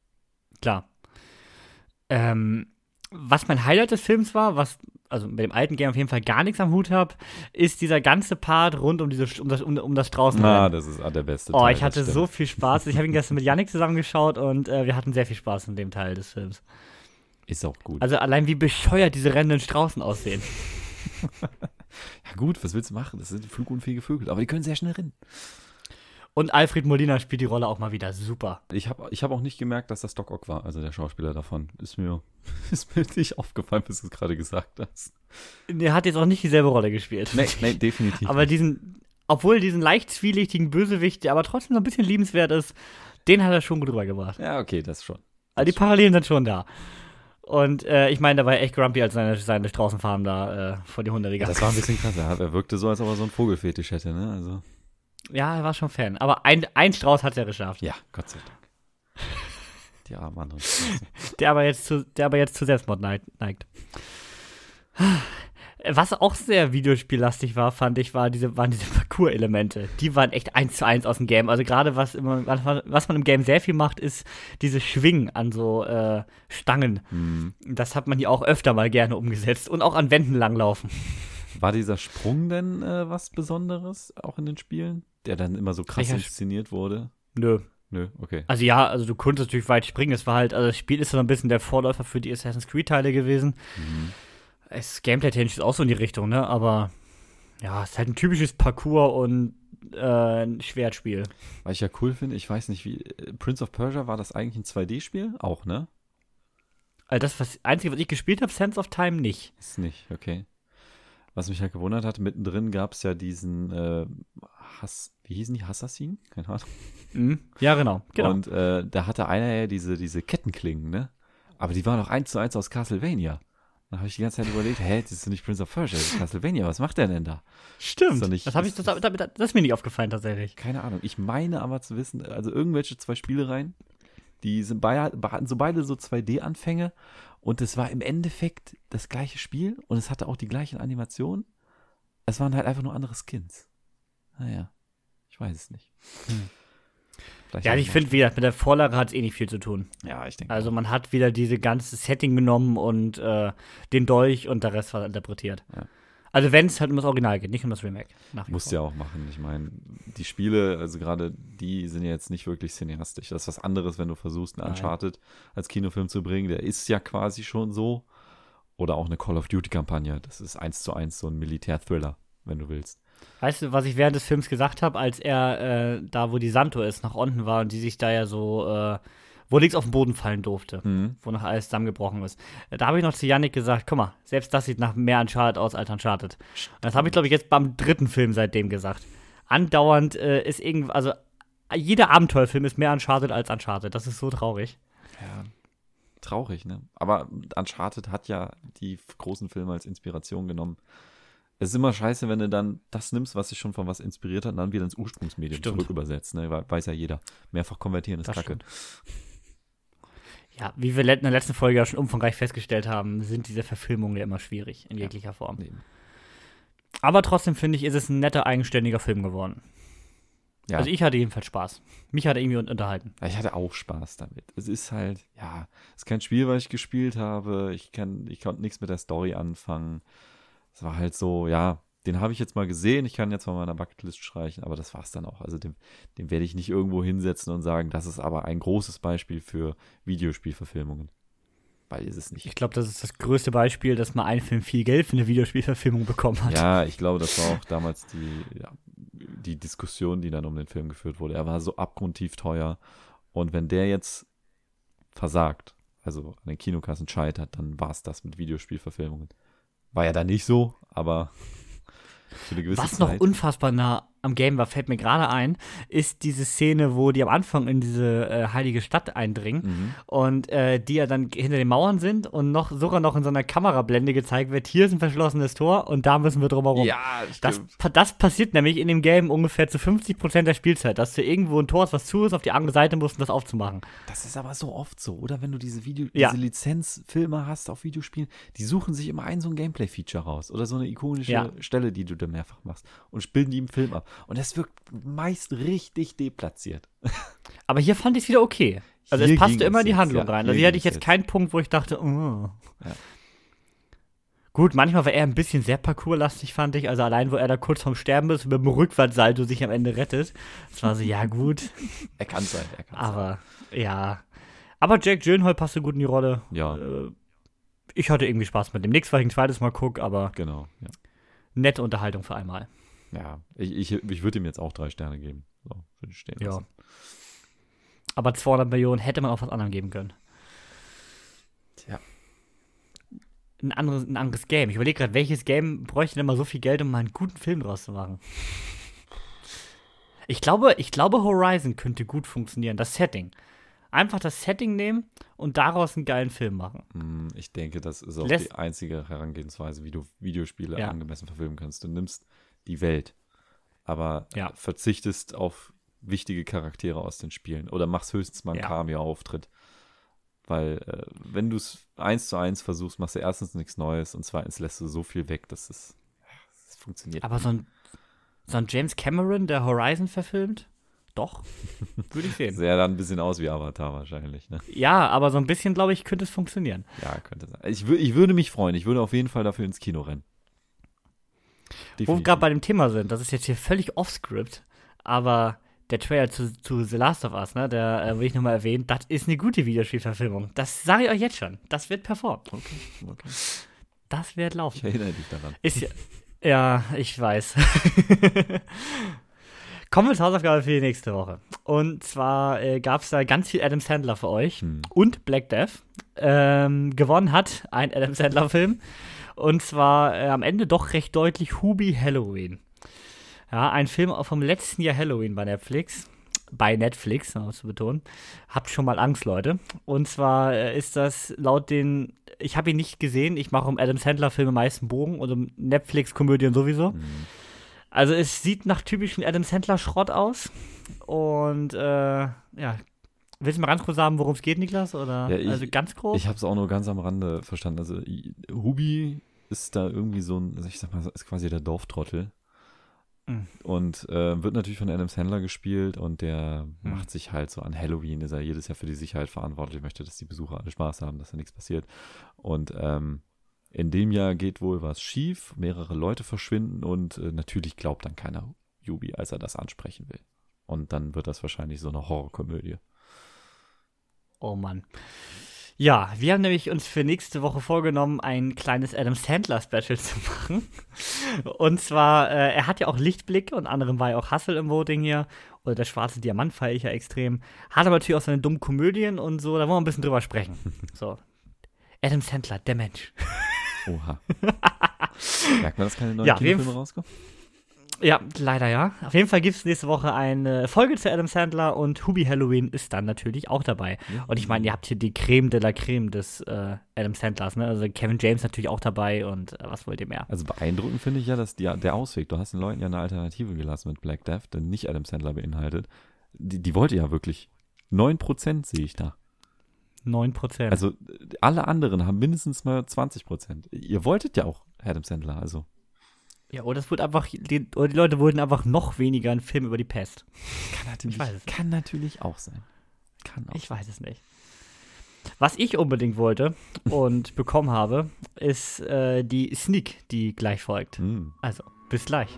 klar. Ähm, was mein Highlight des Films war, was also mit dem alten Game auf jeden Fall gar nichts am Hut habe, ist dieser ganze Part rund um, diese, um das, um, um das Straußen. Ah, das ist der beste Teil. Oh, ich hatte so viel Spaß. Ich habe ihn gestern mit Yannick zusammengeschaut und äh, wir hatten sehr viel Spaß in dem Teil des Films. Ist auch gut. Also allein wie bescheuert diese rennenden Straußen aussehen. Ja gut, was willst du machen? Das sind flugunfähige Vögel, aber die können sehr schnell rennen. Und Alfred Molina spielt die Rolle auch mal wieder super. Ich habe ich hab auch nicht gemerkt, dass das Doc Ock war, also der Schauspieler davon. Ist mir, ist mir nicht aufgefallen, bis du es gerade gesagt hast. Der hat jetzt auch nicht dieselbe Rolle gespielt. Nee, nee, definitiv Aber nicht. diesen, obwohl diesen leicht zwielichtigen Bösewicht, der aber trotzdem so ein bisschen liebenswert ist, den hat er schon gut rübergebracht. Ja, okay, das schon. Also die Parallelen sind schon da. Und äh, ich meine, da war er echt grumpy, als seine, seine Straußenfarm da äh, vor die Hunde Ja, gegangen das war ein bisschen krass. Er, er wirkte so, als ob er so einen Vogelfetisch hätte, ne? Also. Ja, er war schon Fan. Aber ein, ein Strauß hat er geschafft. Ja, Gott sei Dank. Die armen anderen Strauße. Der aber jetzt zu, der aber jetzt zu Selbstmord neigt. Was auch sehr videospiellastig war, fand ich, war diese, waren diese Parcours-Elemente. Die waren echt eins zu eins aus dem Game. Also gerade was, immer, was man im Game sehr viel macht, ist dieses Schwingen an so äh, Stangen. Hm. Das hat man hier auch öfter mal gerne umgesetzt. Und auch an Wänden langlaufen. War dieser Sprung denn äh, was Besonderes, auch in den Spielen? Der dann immer so krass Welcher inszeniert wurde? Nö. Nö, okay. Also ja, also du konntest natürlich weit springen. Es war halt, also das Spiel ist so ein bisschen der Vorläufer für die Assassin's Creed-Teile gewesen. Mhm. Es Gameplay-technisch ist auch so in die Richtung, ne? Aber ja, es ist halt ein typisches Parcours und äh, ein Schwertspiel. Was ich ja cool finde, ich weiß nicht, wie Prince of Persia, war das eigentlich ein zwei D-Spiel? Auch, ne? Also das was, Einzige, was ich gespielt habe, Sense of Time nicht. Ist nicht, okay. Was mich halt gewundert hat, mittendrin gab es ja diesen äh, Hass, wie hießen die, Hassassin? Keine Ahnung. Mhm. Ja, genau. genau. Und äh, da hatte einer ja diese, diese Kettenklingen, ne? Aber die waren auch eins zu eins aus Castlevania. Dann habe ich die ganze Zeit überlegt, hä, das ist doch nicht Prince of Persia, das ist Castlevania, was macht der denn da? Stimmt. Ist nicht, das, hab ich, das, das, das ist mir nicht aufgefallen tatsächlich. Keine Ahnung. Ich meine aber zu wissen, also irgendwelche zwei Spielereien, die sind beide, hatten so beide so zwei D-Anfänge und es war im Endeffekt das gleiche Spiel und es hatte auch die gleichen Animationen. Es waren halt einfach nur andere Skins. Naja, ich weiß es nicht. Hm. Vielleicht Ja, auch ich mal- finde, wie gesagt, mit der Vorlage hat es eh nicht viel zu tun. Ja, ich denke. Also man hat wieder diese ganze Setting genommen und äh, den Dolch und der Rest war interpretiert. Ja. Also wenn es halt um das Original geht, nicht um das Remake. Nach wie Musst vor. ja auch machen. Ich meine, die Spiele, also gerade die sind ja jetzt nicht wirklich cineastisch. Das ist was anderes, wenn du versuchst, einen Nein. Uncharted als Kinofilm zu bringen. Der ist ja quasi schon so. Oder auch eine Call of Duty-Kampagne. Das ist eins zu eins so ein Militär-Thriller, wenn du willst. Weißt du, was ich während des Films gesagt habe, als er äh, da, wo die Santo ist, nach unten war und die sich da ja so, äh, wo nichts auf den Boden fallen durfte, Mhm. wo noch alles zusammengebrochen ist. Da habe ich noch zu Yannick gesagt, guck mal, selbst das sieht nach mehr Uncharted aus als Uncharted. Und das habe ich, glaube ich, jetzt beim dritten Film seitdem gesagt. Andauernd äh, ist irgendwie, also jeder Abenteuerfilm ist mehr Uncharted als Uncharted. Das ist so traurig. Ja, traurig, ne? Aber Uncharted hat ja die f- großen Filme als Inspiration genommen. Es ist immer scheiße, wenn du dann das nimmst, was sich schon von was inspiriert hat, und dann wieder ins Ursprungsmedium Stimmt. zurück übersetzt. Ne? We- Weiß ja jeder. Mehrfach konvertieren ist Das Kacke. stimmt. Ja, wie wir let- in der letzten Folge ja schon umfangreich festgestellt haben, sind diese Verfilmungen ja immer schwierig, in Ja. jeglicher Form. Nee. Aber trotzdem finde ich, ist es ein netter, eigenständiger Film geworden. Ja, Also ich hatte jedenfalls Spaß. Mich hat er irgendwie un- unterhalten. Ja, ich hatte auch Spaß damit. Es ist halt, ja, es ist kein Spiel, was ich gespielt habe. Ich kann, ich konnte nichts mit der Story anfangen. Es war halt so, ja, den habe ich jetzt mal gesehen. Ich kann jetzt mal meiner Bucketlist streichen, aber das war's dann auch. Also den, den werde ich nicht irgendwo hinsetzen und sagen, das ist aber ein großes Beispiel für Videospielverfilmungen. Weil ist es nicht. Ich glaube, das ist das größte Beispiel, dass mal ein Film viel Geld für eine Videospielverfilmung bekommen hat. Ja, ich glaube, das war auch damals die, ja, die Diskussion, die dann um den Film geführt wurde. Er war so abgrundtief teuer. Und wenn der jetzt versagt, also an den Kinokassen scheitert, dann war es das mit Videospielverfilmungen. War ja da nicht so, aber für eine gewisse Was Zeit. noch unfassbar nah am Game war, fällt mir gerade ein, ist diese Szene, wo die am Anfang in diese äh, heilige Stadt eindringen Mhm. und äh, die ja dann hinter den Mauern sind und noch sogar noch in so einer Kamerablende gezeigt wird, hier ist ein verschlossenes Tor und da müssen wir drumherum. Ja, Das, stimmt. pa- das passiert nämlich in dem Game ungefähr zu fünfzig Prozent der Spielzeit, dass du irgendwo ein Tor hast, was zu ist, auf die andere Seite musst, um das aufzumachen. Das ist aber so oft so, oder? Wenn du diese Video, Ja. diese Lizenzfilme hast auf Videospielen, die suchen sich immer ein so ein Gameplay-Feature raus oder so eine ikonische Ja. Stelle, die du da mehrfach machst und bilden die im Film ab. Und das wirkt meist richtig deplatziert. Aber hier fand ich es wieder okay. Also Hier es passte ging immer in die jetzt, Handlung ja, rein. hier Also hier hatte ging ich jetzt es keinen Punkt, wo ich dachte, oh. Ja. Gut, manchmal war er ein bisschen sehr parkourlastig, fand ich. Also allein, wo er da kurz vorm Sterben ist und mit dem Rückwärtssalto sich am Ende rettet. Das war so, ja gut. Er kann sein, er kann Aber, ja. Aber Jake Gyllenhaal passte gut in die Rolle. Ja. Äh, Ich hatte irgendwie Spaß mit dem. Nichts, weil ich ein zweites Mal gucke, aber Genau, ja. nette Unterhaltung für einmal. Ja, ich, ich, ich würde ihm jetzt auch drei Sterne geben. So, würde ich stehen Ja. lassen. Aber zweihundert Millionen hätte man auch was anderem geben können. Tja. Ein anderes, ein anderes Game. Ich überlege gerade, welches Game bräuchte denn mal so viel Geld, um mal einen guten Film draus zu machen? Ich glaube, ich glaube, Horizon könnte gut funktionieren. Das Setting. Einfach das Setting nehmen und daraus einen geilen Film machen. Hm, Ich denke, das ist auch Lässt- die einzige Herangehensweise, wie du Videospiele Ja. angemessen verfilmen kannst. Du nimmst die Welt, aber Ja. verzichtest auf wichtige Charaktere aus den Spielen oder machst höchstens mal einen Ja. Cameo-Auftritt. Weil, äh, wenn du es eins zu eins versuchst, machst du erstens nichts Neues und zweitens lässt du so viel weg, dass es, es funktioniert. Aber so ein, so ein James Cameron, der Horizon verfilmt? Doch. Würde ich sehen. Sähe dann ein bisschen aus wie Avatar wahrscheinlich, ne? Ja, aber so ein bisschen, glaube ich, könnte es funktionieren. Ja, könnte sein. Ich, wür- ich würde mich freuen. Ich würde auf jeden Fall dafür ins Kino rennen. Wo wir Definitiv. gerade bei dem Thema sind, das ist jetzt hier völlig off-script, aber der Trailer zu, zu The Last of Us, ne, der äh, will ich nochmal erwähnen, das ist eine gute Videospielverfilmung. Das sage ich euch jetzt schon. Das wird performt. Okay, okay. Das wird Ich laufen. erinnere dich daran. Ist ja, ja, ich weiß. Kommen wir zur Hausaufgabe für die nächste Woche. Und zwar äh, gab es da ganz viel Adam Sandler für euch Hm. und Black Death. Ähm, gewonnen hat ein Adam Sandler-Film. Und zwar äh, am Ende doch recht deutlich Hubie Halloween. Ja, ein Film auch vom letzten Jahr Halloween bei Netflix. Bei Netflix, um es zu betonen. Habt schon mal Angst, Leute. Und zwar äh, ist das laut den, ich habe ihn nicht gesehen, ich mache um Adam Sandler-Filme meist einen Bogen und um Netflix-Komödien sowieso. Hm. Also es sieht nach typischen Adam Sandler-Schrott aus. Und äh, ja, willst du mal ganz kurz sagen, worum es geht, Niklas? Oder? Ja, ich- also ganz grob? Ich habe es auch nur ganz am Rande verstanden. Also i- Hubi ist da irgendwie so ein, also ich sag mal, ist quasi der Dorftrottel. Mhm. Und äh, wird natürlich von Adam Sandler gespielt und der Mhm. macht sich halt so an Halloween, ist er jedes Jahr für die Sicherheit verantwortlich, möchte, dass die Besucher alle Spaß haben, dass da nichts passiert. Und ähm, in dem Jahr geht wohl was schief, mehrere Leute verschwinden und äh, natürlich glaubt dann keiner Hubi, als er das ansprechen will. Und dann wird das wahrscheinlich so eine Horrorkomödie. Oh Mann. Ja, wir haben nämlich uns für nächste Woche vorgenommen, ein kleines Adam Sandler-Special zu machen. Und zwar, äh, er hat ja auch Lichtblick, und anderem war ja auch Hustle im Voting hier. Oder der schwarze Diamant feiere ich ja extrem. Hat aber natürlich auch seine dummen Komödien und so, da wollen wir ein bisschen drüber sprechen. So. Adam Sandler, der Mensch. Oha. Merkt man, dass keine neuen Ja, auf jeden Kinofilme rauskommen? Ja, leider ja. Auf jeden Fall gibt es nächste Woche eine Folge zu Adam Sandler und Hubie Halloween ist dann natürlich auch dabei. Ja. Und ich meine, ihr habt hier die Creme de la Creme des äh, Adam Sandlers, ne? Also Kevin James natürlich auch dabei und äh, was wollt ihr mehr? Also beeindruckend finde ich ja, dass die, der Ausweg, du hast den Leuten ja eine Alternative gelassen mit Black Death, der nicht Adam Sandler beinhaltet. Die, die wollte ja wirklich. neun Prozent sehe ich da. neun Prozent. Also alle anderen haben mindestens mal zwanzig Prozent. Ihr wolltet ja auch Adam Sandler, also. ja, oder es wird einfach, die, oder die Leute wollten einfach noch weniger einen Film über die Pest. Kann natürlich, Ich weiß es. kann natürlich auch sein. Kann auch Ich weiß es nicht. Was ich unbedingt wollte und bekommen habe, ist äh, die Sneak, die gleich folgt. Hm. Also, bis gleich.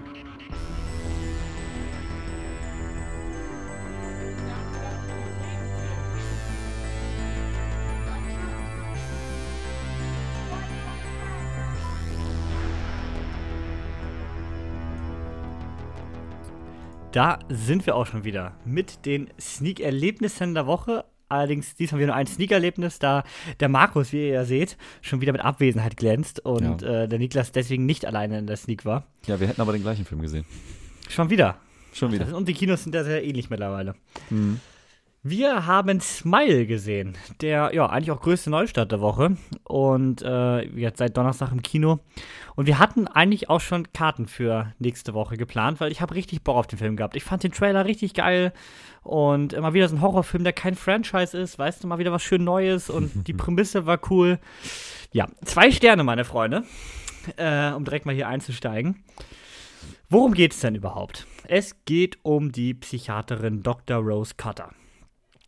Da sind wir auch schon wieder mit den Sneak-Erlebnissen der Woche. Allerdings diesmal wieder nur ein Sneak-Erlebnis, da der Markus, wie ihr ja seht, schon wieder mit Abwesenheit glänzt und Ja. äh, der Niklas deswegen nicht alleine in der Sneak war. Ja, wir hätten aber den gleichen Film gesehen. Schon wieder. Schon wieder. Das, und die Kinos sind ja sehr ähnlich mittlerweile. Mhm. Wir haben Smile gesehen, der ja eigentlich auch größte Neustart der Woche und äh, jetzt seit Donnerstag im Kino. Und wir hatten eigentlich auch schon Karten für nächste Woche geplant, weil ich habe richtig Bock auf den Film gehabt. Ich fand den Trailer richtig geil und immer wieder so ein Horrorfilm, der kein Franchise ist, weißt du, mal wieder was schön Neues und die Prämisse war cool. Ja, zwei Sterne, meine Freunde, äh, um direkt mal hier einzusteigen. Worum geht es denn überhaupt? Es geht um die Psychiaterin Doktor Rose Cotter.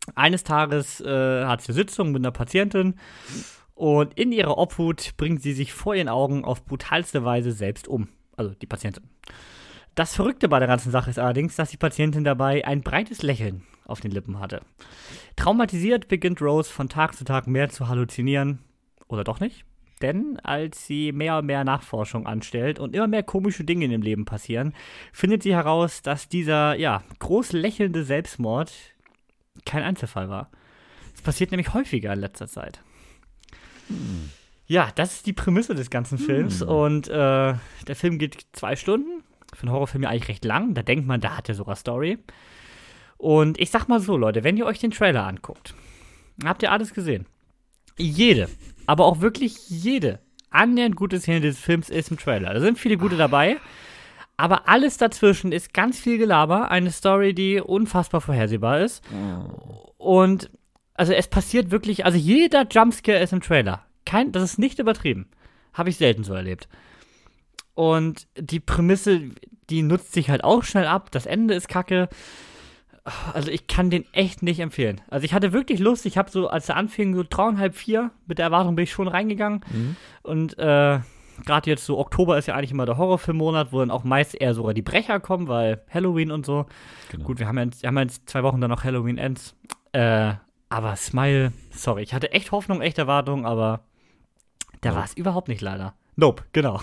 Eines Tages äh, hat sie eine Sitzung mit einer Patientin und in ihrer Obhut bringt sie sich vor ihren Augen auf brutalste Weise selbst um. Also die Patientin. Das Verrückte bei der ganzen Sache ist allerdings, dass die Patientin dabei ein breites Lächeln auf den Lippen hatte. Traumatisiert beginnt Rose von Tag zu Tag mehr zu halluzinieren. Oder doch nicht? Denn als sie mehr und mehr Nachforschung anstellt und immer mehr komische Dinge in dem Leben passieren, findet sie heraus, dass dieser, ja, groß lächelnde Selbstmord kein Einzelfall war. Es passiert nämlich häufiger in letzter Zeit. Hm. Ja, das ist die Prämisse des ganzen Films. Hm. Und äh, der Film geht zwei Stunden. Für einen Horrorfilm ja eigentlich recht lang. Da denkt man, da hat er sogar Story. Und ich sag mal so, Leute, wenn ihr euch den Trailer anguckt, habt ihr alles gesehen. Jede, aber auch wirklich jede annähernd gute Szene des Films ist im Trailer. Da sind viele gute dabei. Aber alles dazwischen ist ganz viel Gelaber. Eine Story, die unfassbar vorhersehbar ist. Und also es passiert wirklich, also jeder Jumpscare ist im Trailer. Kein, das ist nicht übertrieben. Habe ich selten so erlebt. Und die Prämisse, die nutzt sich halt auch schnell ab. Das Ende ist kacke. Also ich kann den echt nicht empfehlen. Also ich hatte wirklich Lust. Ich habe so, als er anfing, so dreieinhalb, vier, mit der Erwartung bin ich schon reingegangen. Mhm. Und äh, gerade jetzt so Oktober ist ja eigentlich immer der Horrorfilmmonat, wo dann auch meist eher sogar die Brecher kommen, weil Halloween und so. Genau. Gut, wir haben ja jetzt, wir haben jetzt zwei Wochen dann noch Halloween Ends. Äh, aber Smile, sorry, ich hatte echt Hoffnung, echt Erwartung, aber der nope. war es überhaupt nicht leider. Nope, genau.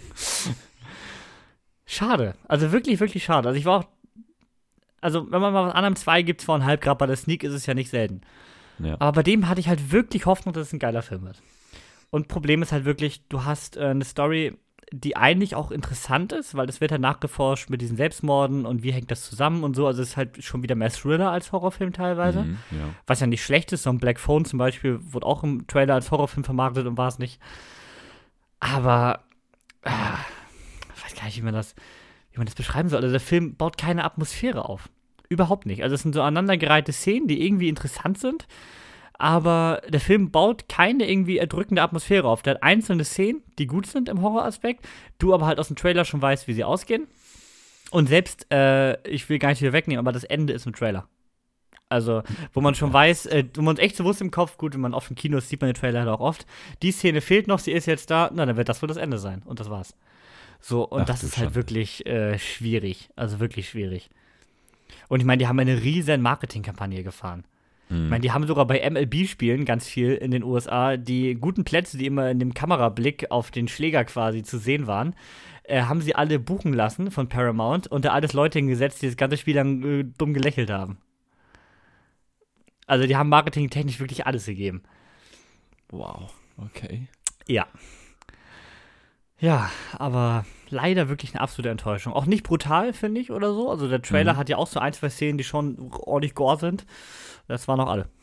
Schade. Also wirklich, wirklich schade. Also ich war auch, also wenn man mal was anderem zwei gibt, zweieinhalb Grad bei der Sneak, ist es ja nicht selten. Ja. Aber bei dem hatte ich halt wirklich Hoffnung, dass es ein geiler Film wird. Und Problem ist halt wirklich, du hast äh, eine Story, die eigentlich auch interessant ist, weil es wird halt nachgeforscht mit diesen Selbstmorden und wie hängt das zusammen und so. Also es ist halt schon wieder mehr Thriller als Horrorfilm teilweise. Mhm, ja. Was ja nicht schlecht ist. So ein Black Phone zum Beispiel wurde auch im Trailer als Horrorfilm vermarktet und war es nicht. Aber äh, ich weiß gar nicht, wie man das, wie man das beschreiben soll. Also der Film baut keine Atmosphäre auf. Überhaupt nicht. Also es sind so aneinandergereihte Szenen, die irgendwie interessant sind. Aber der Film baut keine irgendwie erdrückende Atmosphäre auf. Der hat einzelne Szenen, die gut sind im Horroraspekt, du aber halt aus dem Trailer schon weißt, wie sie ausgehen. Und selbst, äh, ich will gar nicht wieder wegnehmen, aber das Ende ist im Trailer. Also, wo man schon weiß, äh, wo man echt so wusste im Kopf, gut, wenn man oft im Kino ist, sieht man den Trailer halt auch oft. Die Szene fehlt noch, sie ist jetzt da, na, dann wird das wohl das Ende sein. Und das war's. So, und Ach, das ist halt wirklich äh, schwierig. Also wirklich schwierig. Und ich meine, die haben eine riesen Marketingkampagne gefahren. Ich meine, die haben sogar bei M L B-Spielen ganz viel in den U S A die guten Plätze, die immer in dem Kamerablick auf den Schläger quasi zu sehen waren, äh, haben sie alle buchen lassen von Paramount und da alles Leute hingesetzt, die das ganze Spiel dann äh, dumm gelächelt haben. Also die haben marketingtechnisch wirklich alles gegeben. Wow, okay. Ja. Ja, aber leider wirklich eine absolute Enttäuschung. Auch nicht brutal, finde ich, oder so. Also der Trailer mhm. hat ja auch so ein, zwei Szenen, die schon ordentlich gore sind. Das waren auch alle.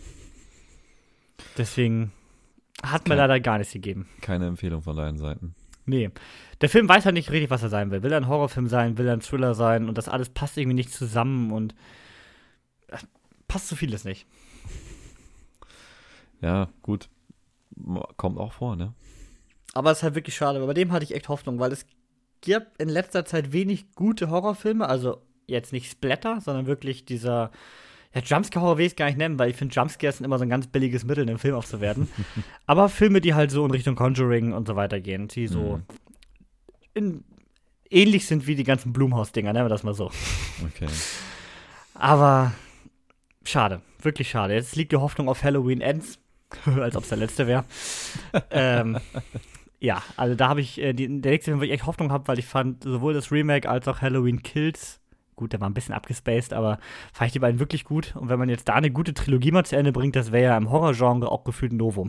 Deswegen hat mir leider gar nichts gegeben. Keine Empfehlung von deinen Seiten. Nee. Der Film weiß halt nicht richtig, was er sein will. Will er ein Horrorfilm sein? Will er ein Thriller sein? Und das alles passt irgendwie nicht zusammen und passt so vieles nicht. Ja, gut. Kommt auch vor, ne? Aber es ist halt wirklich schade. Aber bei dem hatte ich echt Hoffnung, weil es gibt in letzter Zeit wenig gute Horrorfilme. Also jetzt nicht Splatter, sondern wirklich dieser ja, Jumpscare-Horror will ich es gar nicht nennen, weil ich finde, Jumpscares sind immer so ein ganz billiges Mittel, in einem Film aufzuwerten. Aber Filme, die halt so in Richtung Conjuring und so weiter gehen, die so mhm. in, ähnlich sind wie die ganzen Blumhaus-Dinger, nennen wir das mal so. Okay. Aber schade, wirklich schade. Jetzt liegt die Hoffnung auf Halloween Ends, als ob es der letzte wäre. ähm, ja, also da habe ich, äh, die, der nächste Film, wo ich echt Hoffnung habe, weil ich fand sowohl das Remake als auch Halloween Kills, gut, der war ein bisschen abgespaced, aber fand ich die beiden wirklich gut. Und wenn man jetzt da eine gute Trilogie mal zu Ende bringt, das wäre ja im Horrorgenre auch gefühlt ein Novum.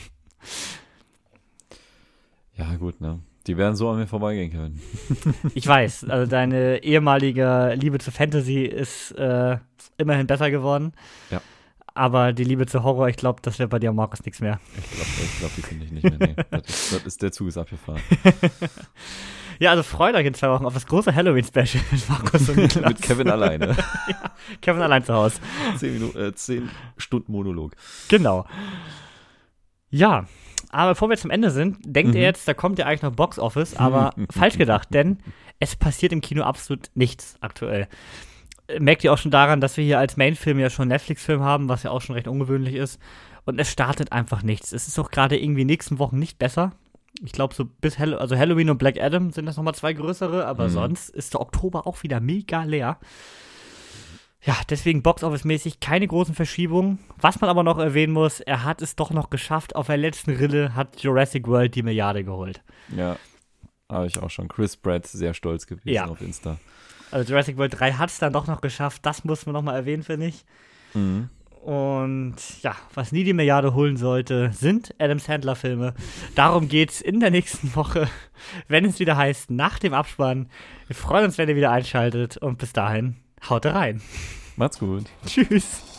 Ja, gut, ne? Die werden so an mir vorbeigehen können. Ich weiß, also deine ehemalige Liebe zu Fantasy ist äh, immerhin besser geworden. Ja. Aber die Liebe zu Horror, ich glaube, das wäre bei dir, Markus, nichts mehr. Ich glaube, ich glaub, die finde ich nicht mehr. Nee. Das, ist, das ist, der Zug ist abgefahren. Ja, also freut euch in zwei Wochen auf das große Halloween-Special mit Markus und Niklas. Mit Kevin alleine. Ja, Kevin allein zu Hause. Zehn, Minuten, äh, zehn Stunden Monolog. Genau. Ja, aber bevor wir zum Ende sind, denkt mhm. ihr jetzt, da kommt ja eigentlich noch Box Office, aber falsch gedacht, denn es passiert im Kino absolut nichts aktuell. merkt ihr auch schon daran, dass wir hier als Mainfilm ja schon Netflix-Film haben, was ja auch schon recht ungewöhnlich ist. Und es startet einfach nichts. Es ist auch gerade irgendwie nächsten Wochen nicht besser. Ich glaube, so bis Hall- also Halloween und Black Adam sind das nochmal zwei größere, aber mhm. sonst ist der Oktober auch wieder mega leer. Ja, deswegen Box-Office-mäßig keine großen Verschiebungen. Was man aber noch erwähnen muss, er hat es doch noch geschafft. Auf der letzten Rille hat Jurassic World die Milliarde geholt. Ja, habe ich auch schon. Chris Pratt sehr stolz gewesen ja. auf Insta. Also Jurassic World drei hat es dann doch noch geschafft. Das muss man nochmal erwähnen, finde ich. Mhm. Und ja, was nie die Milliarde holen sollte, sind Adam Sandler-Filme. Darum geht's in der nächsten Woche, wenn es wieder heißt, nach dem Abspann. Wir freuen uns, wenn ihr wieder einschaltet. Und bis dahin, haut rein. Macht's gut. Tschüss.